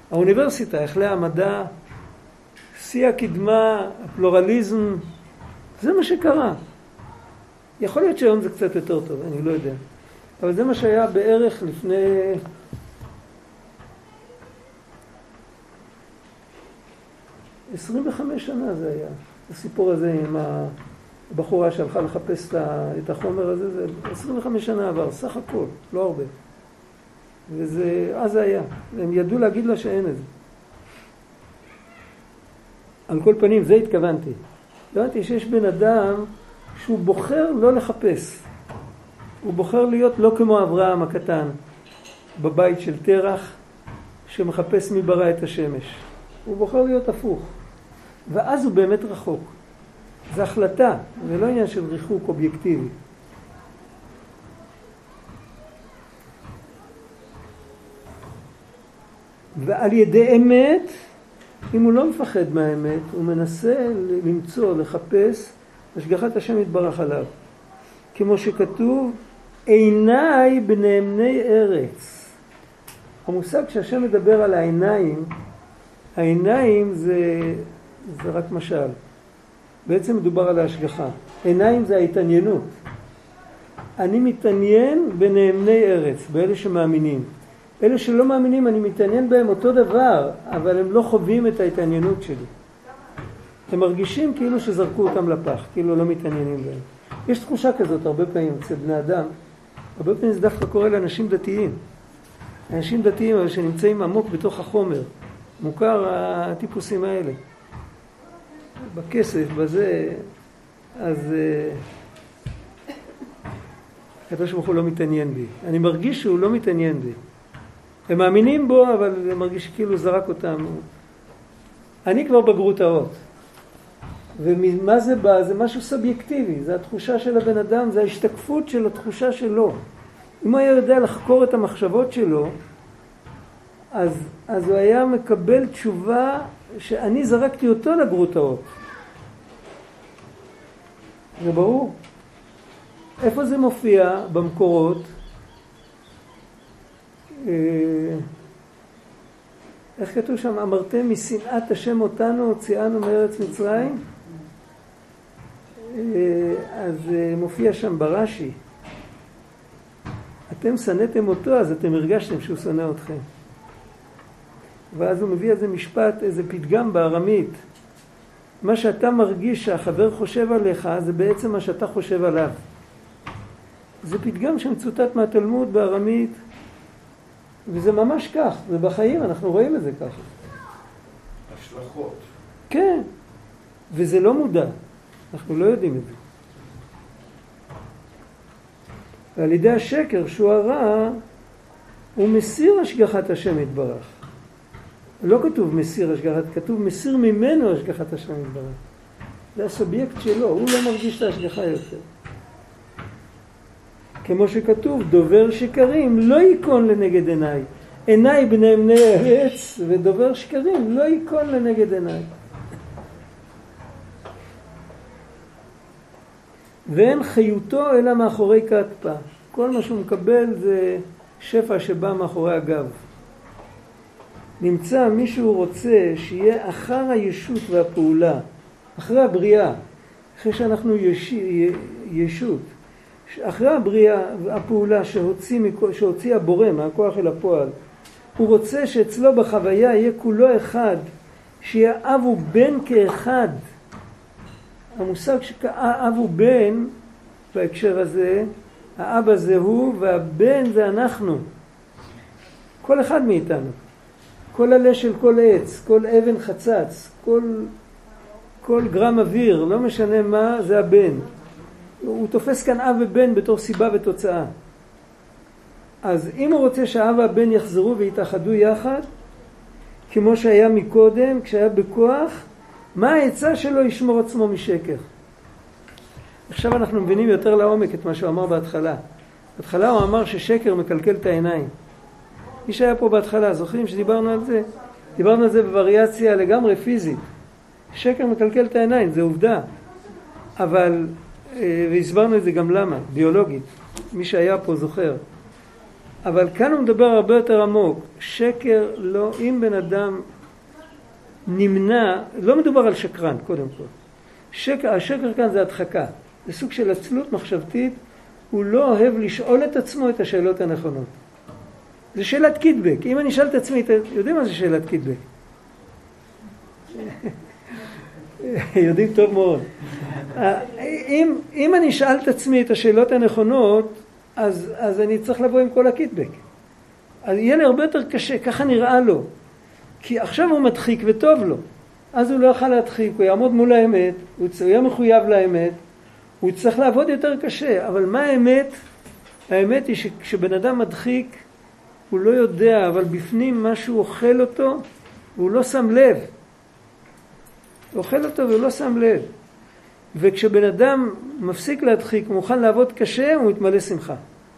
האוניברסיטה, החלה המדע, שיא הקדמה, הפלורליזם, זה מה שקרה. יכול להיות שהיום זה קצת יותר טוב, אני לא יודע. אבל זה מה שהיה בערך לפני 25 שנה זה היה. הסיפור הזה עם הבחורה שהלכה לחפש את החומר הזה, זה 25 שנה עבר, סך הכל, לא הרבה. אז זה היה. הם ידעו להגיד לה שאין את זה. על כל פנים, זה התכוונתי. התכוונתי שיש בן אדם שהוא בוחר לא לחפש. הוא בוחר להיות לא כמו אברהם הקטן, בבית של תרח, שמחפש מי ברא את השמש. הוא בוחר להיות הפוך. ואז הוא באמת רחוק. זו החלטה, זה לא עניין של ריחוק אובייקטיבי. ועל ידי אמת, אם הוא לא מפחד מהאמת, הוא מנסה למצוא, לחפש, השגחת השם יתברך עליו. כמו שכתוב, עיניי בנאמני ארץ. המושג שהשם מדבר על העיניים, העיניים זה רק משל. בעצם מדובר על ההשגחה. עיניים זה ההתעניינות. אני מתעניין בנאמני ארץ, באלה שמאמינים. אלה שלא מאמינים, אני מתעניין בהם אותו דבר, אבל הם לא חווים את ההתעניינות שלי. הם מרגישים כאילו שזרקו אותם לפח, כאילו לא מתעניינים בהם. יש תחושה כזאת הרבה פעמים אצל בני אדם. הרבה פעמים זה דווקא קורה לאנשים דתיים. אנשים דתיים אבל שנמצאים עמוק בתוך החומר. מוכר הטיפוסים האלה. בכסף, בזה, אז הקדוש ברוך הוא לא מתעניין בי. אני מרגיש שהוא לא מתעניין בי. הם מאמינים בו, אבל הם מרגיש כאילו זרק אותם. אני כבר בגרוטאות. ומה זה בא? זה משהו סובייקטיבי. זה התחושה של הבן אדם, זה ההשתקפות של התחושה שלו. אם הוא היה יודע לחקור את המחשבות שלו, אז הוא היה מקבל תשובה שאני זרקתי אותו לגרוטאות. זה ברור. איפה זה מופיע במקורות? איך כתוב שם? אמרתם משנאת השם אותנו הוציאנו מארץ מצרים? אז מופיע שם ברש"י. אתם שנאתם אותו, אז אתם הרגשתם שהוא שונא אתכם. ואז הוא מביא איזה משפט, איזה פתגם בארמית. מה שאתה מרגיש שהחבר חושב עליך, זה בעצם מה שאתה חושב עליו. זה פתגם שמצוטט מהתלמוד בארמית, וזה ממש כך, ובחיים אנחנו רואים את זה ככה. השלכות. כן, וזה לא מודע, אנחנו לא יודעים את זה. ועל ידי השקר שהוא הרע, הוא מסיר השגחת השם יתברך. לא כתוב מסיר השגחת, כתוב מסיר ממנו השגחת השם יתברך. זה הסובייקט שלו, הוא לא מרגיש את ההשגחה יותר. כמו שכתוב, דובר שקרים לא ייכון לנגד עיניי. עיניי בנאמני ארץ, ודובר שקרים לא ייכון לנגד עיניי. ואין חיותו אלא מאחורי כתפה. כל מה שהוא מקבל זה שפע שבא מאחורי הגב. נמצא מישהו רוצה שיהיה אחר הישות והפעולה, אחרי הבריאה, אחרי שאנחנו ישות, אחרי הבריאה והפעולה שהוציא הבורא מהכוח אל הפועל, הוא רוצה שאצלו בחוויה יהיה כולו אחד, שיהיה אב ובן כאחד. המושג שאב ובן בהקשר הזה, האבא זה הוא והבן זה אנחנו. כל אחד מאיתנו. כל עלה של כל עץ, כל אבן חצץ, כל גרם אוויר, לא משנה מה, זה הבן. הוא תופס כאן אב ובן בתור סיבה ותוצאה. אז אם הוא רוצה שהאב והבן יחזרו ויתאחדו יחד, כמו שהיה מקודם, כשהיה בכוח, מה העצה שלו? ישמור עצמו משקר. עכשיו אנחנו מבינים יותר לעומק את מה שהוא אמר בהתחלה. בהתחלה הוא אמר ששקר מקלקל את העיניים. מי שהיה פה בהתחלה, זוכרים שדיברנו על זה? דיברנו על זה בווריאציה לגמרי פיזית. שקר מקלקל את העיניים, זה עובדה. אבל, והסברנו את זה גם למה, ביולוגית. מי שהיה פה זוכר. אבל כאן הוא מדבר הרבה יותר עמוק. שקר לא, אם בן אדם נמנע, לא מדובר על שקרן קודם כל. השקר כאן זה הדחקה. זה סוג של עצלות מחשבתית. הוא לא אוהב לשאול את עצמו את השאלות הנכונות. זה שאלת קידבק. אם אני אשאל את עצמי, יודעים מה זה שאלת קידבק? יודעים טוב מאוד. אם אני אשאל את עצמי את השאלות הנכונות, אז אני צריך לבוא עם כל הקידבק. אז יהיה לי הרבה יותר קשה, ככה נראה לו. כי עכשיו הוא מדחיק וטוב לו. אז הוא לא יוכל להדחיק, הוא יעמוד מול האמת, הוא יהיה מחויב לאמת, הוא יצטרך לעבוד יותר קשה. אבל מה האמת? האמת היא שכשבן אדם מדחיק, הוא לא יודע, אבל בפנים משהו אוכל אותו, והוא לא שם לב. הוא אוכל אותו והוא לא שם לב. וכשבן אדם מפסיק להדחיק, הוא מוכן לעבוד קשה, הוא מתמלא שמחה.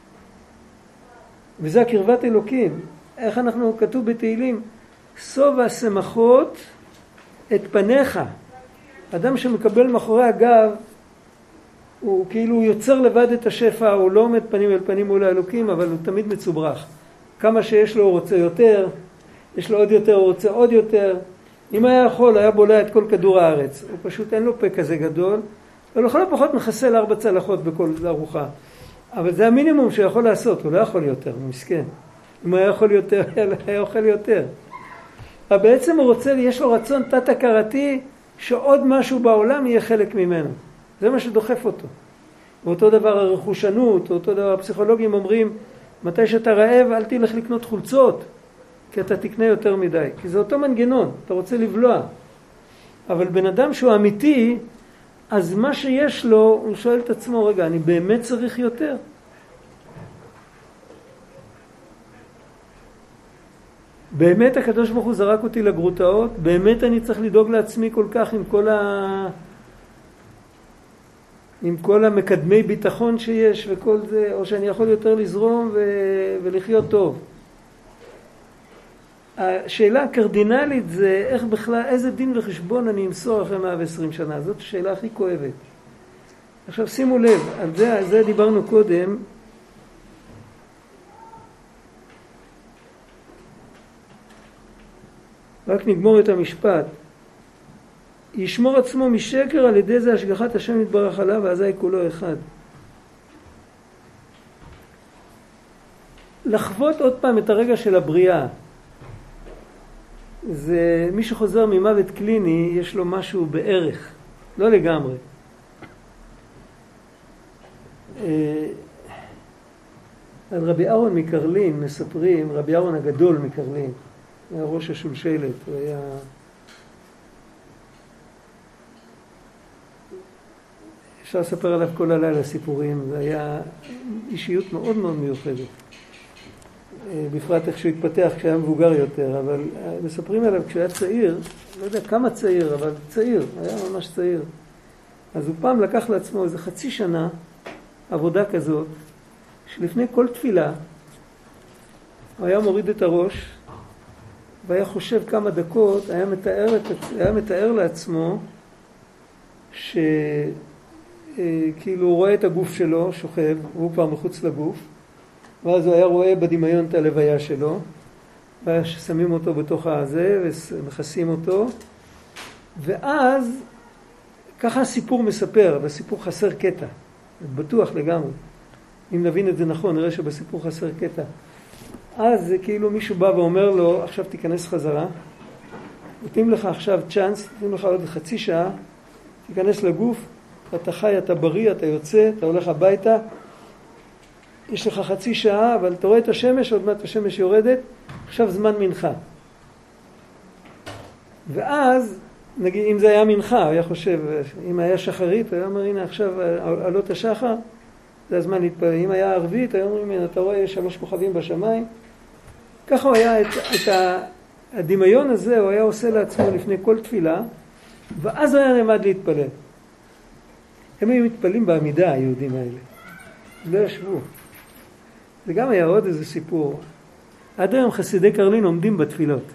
וזה הקרבת אלוקים. איך אנחנו כתוב בתהילים? סוב השמחות את פניך. אדם שמקבל מאחורי הגב, הוא כאילו יוצר לבד את השפע, הוא לא עומד פנים אל פנים מול האלוקים, אבל הוא תמיד מצוברח. כמה שיש לו הוא רוצה יותר, יש לו עוד יותר, הוא רוצה עוד יותר. אם היה יכול, היה בולע את כל כדור הארץ. הוא פשוט אין לו פה כזה גדול, אבל לכל הפחות מחסל 4 צלחות בכל ארוחה. אבל זה המינימום שיכול לעשות, הוא לא יכול יותר, הוא מסכן. אם היה יכול יותר, היה אוכל יותר. אבל בעצם הוא רוצה, יש לו רצון תת-הכרתי, שעוד משהו בעולם יהיה חלק ממנו. זה מה שדוחף אותו. ואותו דבר הרכושנות, אותו דבר הפסיכולוגים אומרים, מתי שאתה רעב, אל תלך לקנות חולצות, כי אתה תקנה יותר מדי. כי זה אותו מנגנון, אתה רוצה לבלוע. אבל בן אדם שהוא אמיתי, אז מה שיש לו, הוא שואל את עצמו, רגע, אני באמת צריך יותר? באמת הקדוש ברוך הוא זרק אותי לגרוטאות? באמת אני צריך לדאוג לעצמי כל כך עם כל המקדמי ביטחון שיש וכל זה, או שאני יכול יותר לזרום ולחיות טוב? השאלה הקרדינלית זה איך בכלל, איזה דין וחשבון אני אמסור אחרי 120 שנה. זאת השאלה הכי כואבת. עכשיו שימו לב, על זה דיברנו קודם. רק נגמור את המשפט. ישמור עצמו משקר, על ידי זה השגחת השם יתברך עליו, ואזי כולו אחד. לחוות עוד פעם את הרגע של הבריאה. זה מי שחוזר ממוות קליני, יש לו משהו בערך, לא לגמרי. על רבי אהרון מקרלין מספרים, רבי אהרון הגדול מקרלין, היה ראש השולשלת, הוא היה... אפשר לספר עליו כל הלילה סיפורים, זה היה אישיות מאוד מאוד מיוחדת. בפרט איך שהוא התפתח כשהיה מבוגר יותר, אבל מספרים עליו כשהיה צעיר, לא יודע כמה צעיר, אבל צעיר, היה ממש צעיר. אז הוא פעם לקח לעצמו איזה חצי שנה עבודה כזאת, שלפני כל תפילה הוא היה מוריד את הראש, והיה חושב כמה דקות, היה מתאר לעצמו שכאילו הוא רואה את הגוף שלו שוכב, והוא כבר מחוץ לגוף, ואז הוא היה רואה בדמיון את הלוויה שלו, ושמים אותו בתוך הזה ומכסים אותו, ואז ככה הסיפור מספר, בסיפור חסר קטע, בטוח לגמרי. אם נבין את זה נכון, נראה שבסיפור חסר קטע. אז זה כאילו מישהו בא ואומר לו, עכשיו תיכנס חזרה, נותנים לך עכשיו צ'אנס, נותנים לך עוד חצי שעה, תיכנס לגוף, אתה חי, אתה בריא, אתה יוצא, אתה הולך הביתה, יש לך חצי שעה, אבל אתה רואה את השמש, עוד מעט השמש יורדת, עכשיו זמן מנחה. ואז, נגיד, אם זה היה מנחה, הוא היה חושב, אם היה שחרית, הוא היה אומר, הנה עכשיו עלות השחר, זה הזמן להתפלל. אם היה ערבית, היה אומר, אתה רואה 3 כוכבים בשמיים. ככה הוא היה, הדמיון הזה, הוא היה עושה לעצמו לפני כל תפילה, ואז הוא היה נעמד להתפלל. הם היו מתפללים בעמידה, היהודים האלה. לא ישבו. זה גם היה עוד איזה סיפור. עד היום חסידי קרלין עומדים בתפילות.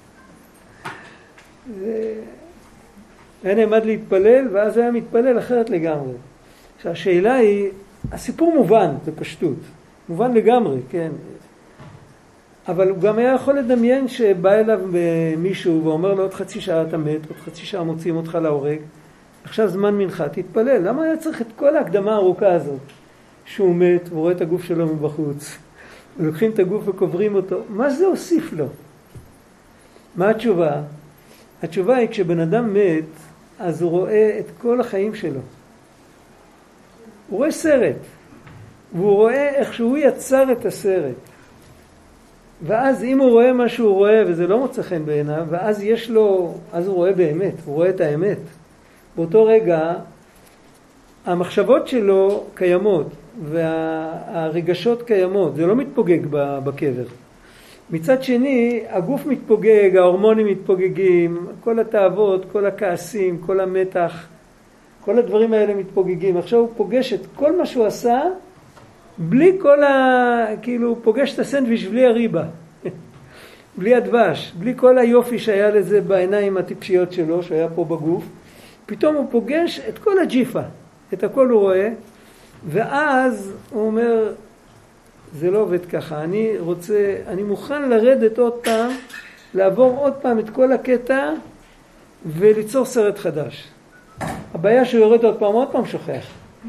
היה נעמד להתפלל, ואז היה מתפלל אחרת לגמרי. עכשיו, השאלה היא, הסיפור מובן בפשטות. מובן לגמרי, כן. אבל הוא גם היה יכול לדמיין שבא אליו מישהו ואומר לו, עוד חצי שעה אתה מת, עוד חצי שעה מוציאים אותך להורג. עכשיו זמן מנחה, תתפלל. למה היה צריך את כל ההקדמה הארוכה הזאת? שהוא מת, הוא רואה את הגוף שלו מבחוץ, ולוקחים את הגוף וקוברים אותו. מה זה הוסיף לו? מה התשובה? התשובה היא כשבן אדם מת, אז הוא רואה את כל החיים שלו. הוא רואה סרט, והוא רואה איך שהוא יצר את הסרט. ואז אם הוא רואה מה שהוא רואה, וזה לא מוצא חן בעיניו, ואז יש לו, אז הוא רואה באמת, הוא רואה את האמת. באותו רגע, המחשבות שלו קיימות, והרגשות קיימות, זה לא מתפוגג בקבר. מצד שני, הגוף מתפוגג, ההורמונים מתפוגגים, כל התאוות, כל הכעסים, כל המתח, כל הדברים האלה מתפוגגים. עכשיו הוא פוגש את כל מה שהוא עשה, בלי כאילו הוא פוגש את הסנדוויץ' בלי הריבה, בלי הדבש, בלי כל היופי שהיה לזה בעיניים הטיפשיות שלו, שהיה פה בגוף. פתאום הוא פוגש את כל הג'יפה, את הכל הוא רואה, ואז הוא אומר, זה לא עובד ככה, אני מוכן לרדת עוד פעם, לעבור עוד פעם את כל הקטע, וליצור סרט חדש. הבעיה שהוא יורד עוד פעם שוכח.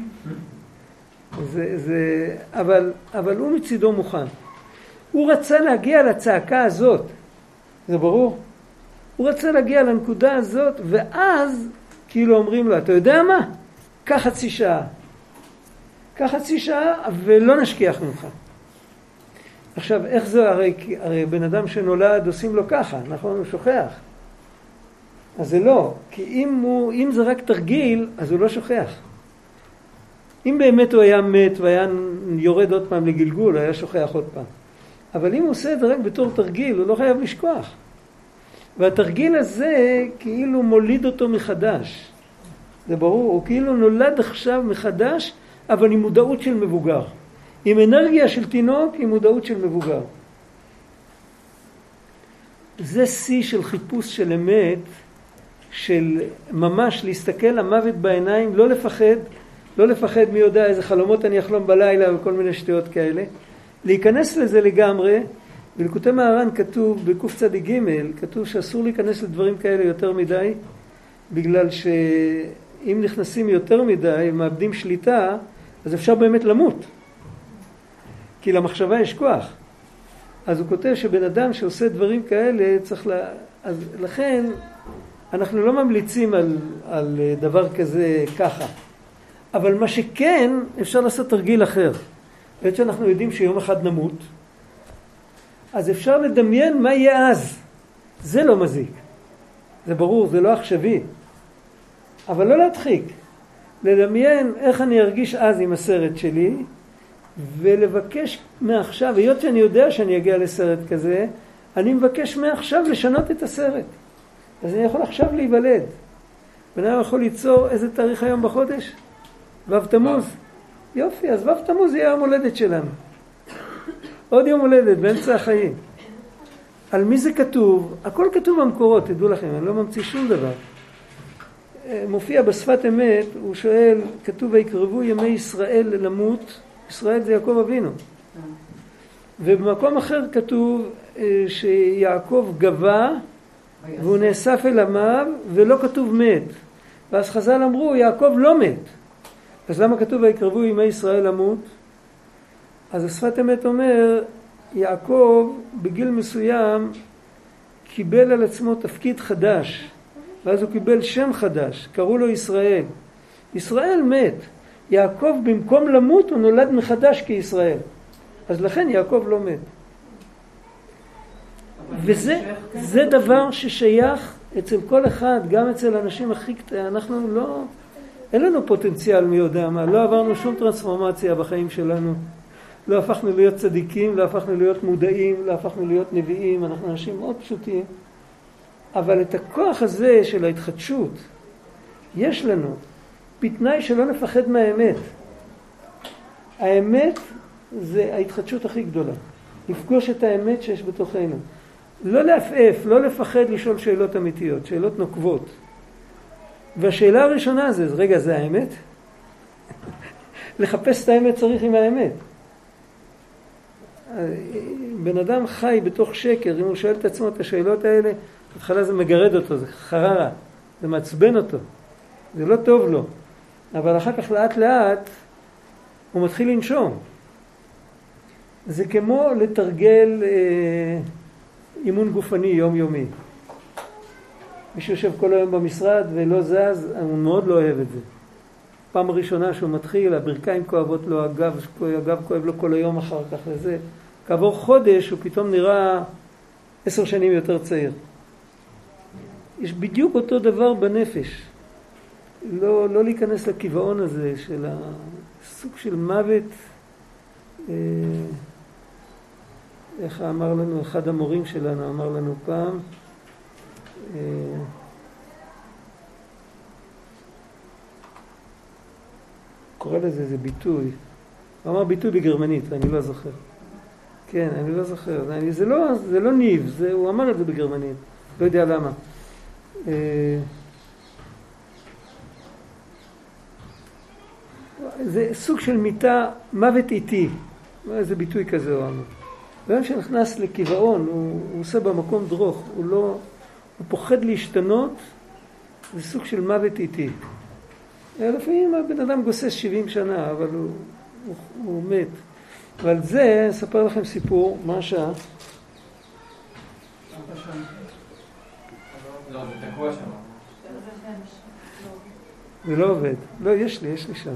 אבל הוא מצידו מוכן. הוא רצה להגיע לצעקה הזאת, זה ברור? הוא רצה להגיע לנקודה הזאת, ואז כאילו אומרים לו, אתה יודע מה? קח חצי שעה. קח חצי שעה ולא נשכיח ממך. עכשיו, איך זה? הרי בן אדם שנולד עושים לו ככה, נכון? הוא שוכח. אז זה לא, כי אם זה רק תרגיל, אז הוא לא שוכח. אם באמת הוא היה מת והיה יורד עוד פעם לגלגול, הוא היה שוכח עוד פעם. אבל אם הוא עושה את זה רק בתור תרגיל, הוא לא חייב לשכוח. והתרגיל הזה כאילו מוליד אותו מחדש. זה ברור, הוא כאילו נולד עכשיו מחדש, אבל עם מודעות של מבוגר. עם אנרגיה של תינוק, עם מודעות של מבוגר. זה שיא של חיפוש של אמת, של ממש להסתכל למוות בעיניים, לא לפחד מי יודע איזה חלומות אני אחלום בלילה וכל מיני שטויות כאלה. להיכנס לזה לגמרי, בליקוטי מהר"ן כתוב, בקוף צדיק ג' כתוב שאסור להיכנס לדברים כאלה יותר מדי, בגלל שאם נכנסים יותר מדי, מאבדים שליטה, אז אפשר באמת למות. כי למחשבה יש כוח. אז הוא כותב שבן אדם שעושה דברים כאלה צריך אז לכן אנחנו לא ממליצים על דבר כזה ככה. אבל מה שכן, אפשר לעשות תרגיל אחר. בעת שאנחנו יודעים שיום אחד נמות, אז אפשר לדמיין מה יהיה אז. זה לא מזיק. זה ברור, זה לא עכשווי. אבל לא להדחיק. לדמיין איך אני ארגיש אז עם הסרט שלי, ולבקש מעכשיו, היות שאני יודע שאני אגיע לסרט כזה, אני מבקש מעכשיו לשנות את הסרט. אז אני יכול עכשיו להיוולד. ואני יכול ליצור איזה תאריך היום בחודש? ו' תמוז. יופי, אז ו' תמוז יהיה יום הולדת שלנו. עוד יום הולדת, באמצע החיים. על מי זה כתוב? הכל כתוב במקורות, תדעו לכם, אני לא ממציא שום דבר. מופיע בשפת אמת, הוא שואל, כתוב ויקרבו ימי ישראל למות, ישראל זה יעקב אבינו. ובמקום אחר כתוב שיעקב גבה, והוא נאסף אל עמיו, ולא כתוב מת. ואז חז"ל אמרו, יעקב לא מת. אז למה כתוב ויקרבו ימי ישראל למות? אז השפת אמת אומר, יעקב בגיל מסוים קיבל על עצמו תפקיד חדש, ואז הוא קיבל שם חדש, קראו לו ישראל. ישראל מת. יעקב במקום למות הוא נולד מחדש כישראל. אז לכן יעקב לא מת. וזה דבר ששייך אצל כל אחד, גם אצל אנשים הכי קטנים. אנחנו לא, אין לנו פוטנציאל מי יודע מה, לא עברנו שום טרנספורמציה בחיים שלנו. לא הפכנו להיות צדיקים, לא הפכנו להיות מודעים, לא הפכנו להיות נביאים, אנחנו אנשים מאוד פשוטים. אבל את הכוח הזה של ההתחדשות יש לנו, בתנאי שלא נפחד מהאמת. האמת זה ההתחדשות הכי גדולה. לפגוש את האמת שיש בתוכנו. לא להפעף, לא לפחד לשאול שאלות אמיתיות, שאלות נוקבות. והשאלה הראשונה זה, רגע, זה האמת? לחפש את האמת צריך עם האמת. בן אדם חי בתוך שקר, אם הוא שואל את עצמו את השאלות האלה, בהתחלה זה מגרד אותו, זה חררה, זה מעצבן אותו. זה לא טוב לו. אבל אחר כך לאט לאט הוא מתחיל לנשום. זה כמו לתרגל אימון גופני יומיומי. מי שיושב כל היום במשרד ולא זז, הוא מאוד לא אוהב את זה. פעם הראשונה שהוא מתחיל, הברכיים כואבות לו, הגב כואב לו כל היום אחר כך לזה. כעבור חודש הוא פתאום נראה 10 שנים יותר צעיר. יש בדיוק אותו דבר בנפש. לא להיכנס לכיוון הזה של הסוג של מוות. איך אמר לנו אחד המורים שלנו, אמר לנו פעם, קורא לזה איזה ביטוי. הוא אמר ביטוי בגרמנית, אני לא זוכר. כן, אני לא זוכר. זה לא ניב, הוא אמר את זה בגרמנית. לא יודע למה. זה סוג של מיטה, מוות איטי. איזה ביטוי כזה הוא אמר. ואם שנכנס לכיוון, הוא עושה במקום דרוך. הוא פוחד להשתנות. זה סוג של מוות איטי. לפעמים הבן אדם גוסס 70 שנה, אבל הוא מת. ועל זה אספר לכם סיפור, מה השעה? לא, זה תקוע שם. זה לא עובד. לא, יש לי שם.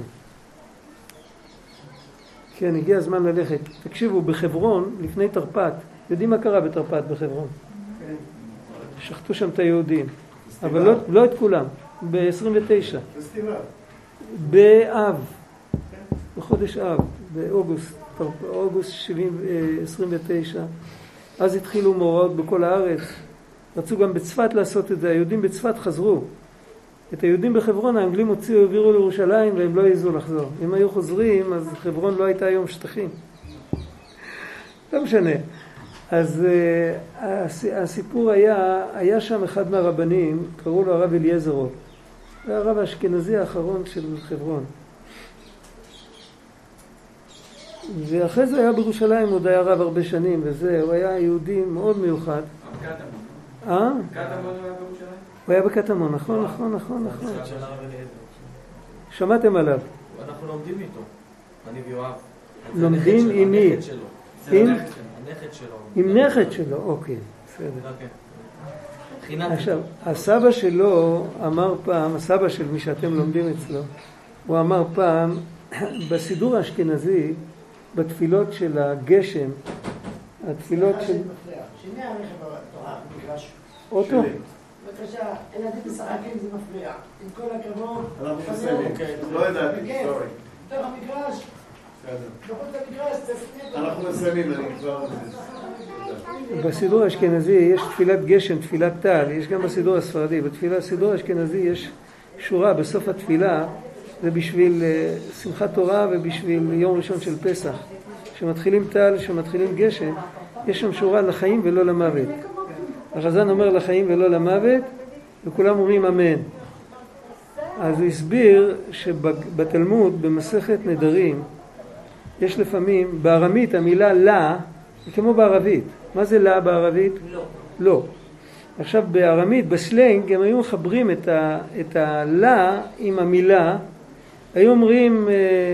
כן, הגיע הזמן ללכת. תקשיבו, בחברון, לפני תרפ"ט, יודעים מה קרה בתרפ"ט בחברון? כן. שחטו שם את היהודים. אבל לא את כולם. ב-29. פסטיבל. באב. בחודש אב. באוגוסט. אוגוסט 29. אז התחילו מאורעות בכל הארץ. רצו גם בצפת לעשות את זה. היהודים בצפת חזרו. את היהודים בחברון האנגלים העבירו לירושלים והם לא העזו לחזור. אם היו חוזרים, אז חברון לא הייתה היום שטחים. לא משנה. אז הסיפור היה שם אחד מהרבנים, קראו לו הרב אליעזרו. זה הרב האשכנזי האחרון של חברון. ואחרי זה היה בירושלים, עוד היה רב הרבה שנים, וזה, הוא היה יהודי מאוד מיוחד. קטמון היה בירושלים? הוא היה בקטמון, נכון. שמעתם עליו? אנחנו לומדים איתו, אני ויואב. לומדים עם מי? הנכד שלו. עם נכד שלו, אוקיי, בסדר. עכשיו, הסבא שלו אמר פעם, הסבא של מי שאתם לומדים אצלו, הוא אמר פעם, בסידור האשכנזי, בתפילות של הגשם, התפילות של... שני הרכב בתורה, מגרש. אוטו? בבקשה, ילדים משחקים זה מפריע. עם כל הכבוד. אנחנו מסיימים. לא ידעתי, סורי. בתוך המגרש. בחוץ למגרש, אנחנו מסיימים, אני כבר... בסידור האשכנזי יש תפילת גשם, תפילת טל, יש גם בסידור הספרדי. בסידור האשכנזי יש שורה בסוף התפילה, זה בשביל שמחת תורה ובשביל יום ראשון של פסח. כשמתחילים טל, כשמתחילים גשם, יש שם שורה לחיים ולא למוות. החזן אומר לחיים ולא למוות, וכולם אומרים אמן. אז הוא הסביר שבתלמוד, במסכת נדרים, יש לפעמים, בארמית המילה לה, היא כמו בערבית. מה זה לה בערבית? לא. עכשיו בארמית, בסלנג, הם היו מחברים את הלה עם המילה, היו אומרים...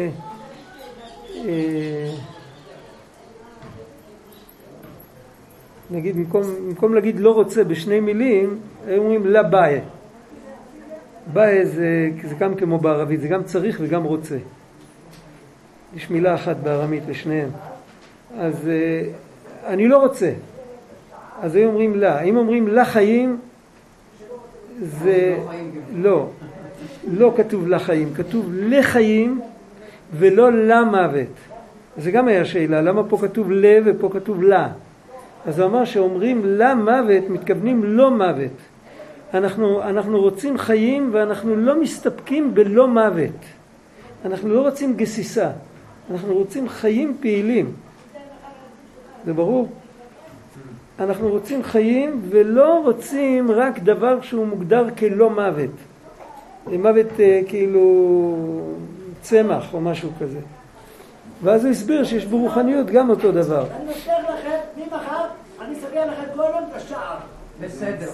נגיד, במקום להגיד לא רוצה בשני מילים, הם אומרים לה באי. באי זה גם כמו בערבית, זה גם צריך וגם רוצה. יש מילה אחת בארמית לשניהם. אז אני לא רוצה. אז הם אומרים לה. אם אומרים לה חיים, זה לא כתוב לה חיים, כתוב לחיים ולא למוות. זה גם היה שאלה, למה פה כתוב לה ופה כתוב לה? אז הוא אמר שאומרים לה מוות, מתכוונים לא מוות. אנחנו רוצים חיים ואנחנו לא מסתפקים בלא מוות. אנחנו לא רוצים גסיסה. אנחנו רוצים חיים פעילים. זה ברור? אנחנו רוצים חיים ולא רוצים רק דבר שהוא מוגדר כלא מוות. מוות כאילו צמח או משהו כזה. ואז הוא הסביר שיש ברוחניות גם אותו דבר. אני נותן לכם, ממחר, אני סוגר לכם כל יום את השער. בסדר.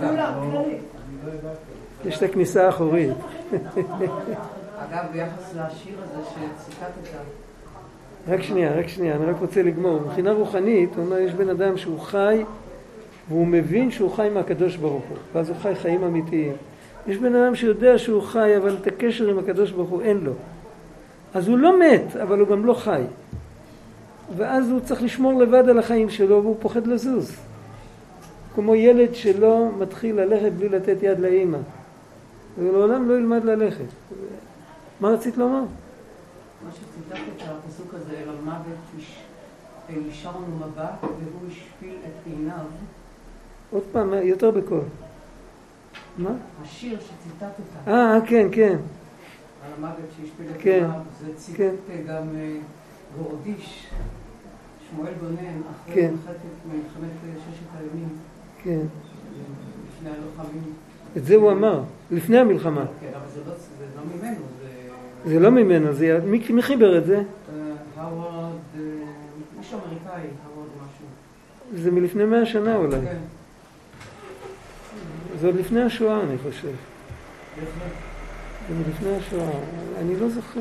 יש את הכניסה האחורית. אגב, ביחס לשיר הזה שציטטת. רק שנייה, אני רק רוצה לגמור. מבחינה רוחנית, הוא אומר, יש בן אדם שהוא חי, והוא מבין שהוא חי מהקדוש ברוך הוא, ואז הוא חי חיים אמיתיים. יש בן אדם שיודע שהוא חי, אבל את הקשר עם הקדוש ברוך הוא אין לו. אז הוא לא מת, אבל הוא גם לא חי. ואז הוא צריך לשמור לבד על החיים שלו, והוא פוחד לזוז. כמו ילד שלא מתחיל ללכת בלי לתת יד לאמא. ולעולם לא ילמד ללכת. מה רצית לומר? מה שציטטת, הפסוק הזה, אל המוות אישרנו מבט, והוא השפיל את עיניו. עוד פעם, יותר בקול. מה? השיר שציטטת. כן. על המוות שהשפיל את עיניו, זה ציטט גם גורדיש, שמואל גונן, אחרי מלחמת ששת הימים. כן. לפני הלוחמים. את זה הוא אמר, לפני המלחמה. כן, אבל זה לא ממנו. זה לא ממנו, מי חיבר את זה? הווארד, מישהו אמריקאי, הווארד משהו. זה מלפני 100 שנה אולי. כן. זה עוד לפני השואה, אני חושב. זה מלפני השואה, אני לא זוכר.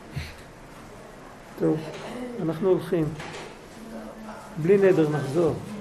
טוב, אנחנו הולכים. בלי נדר נחזור.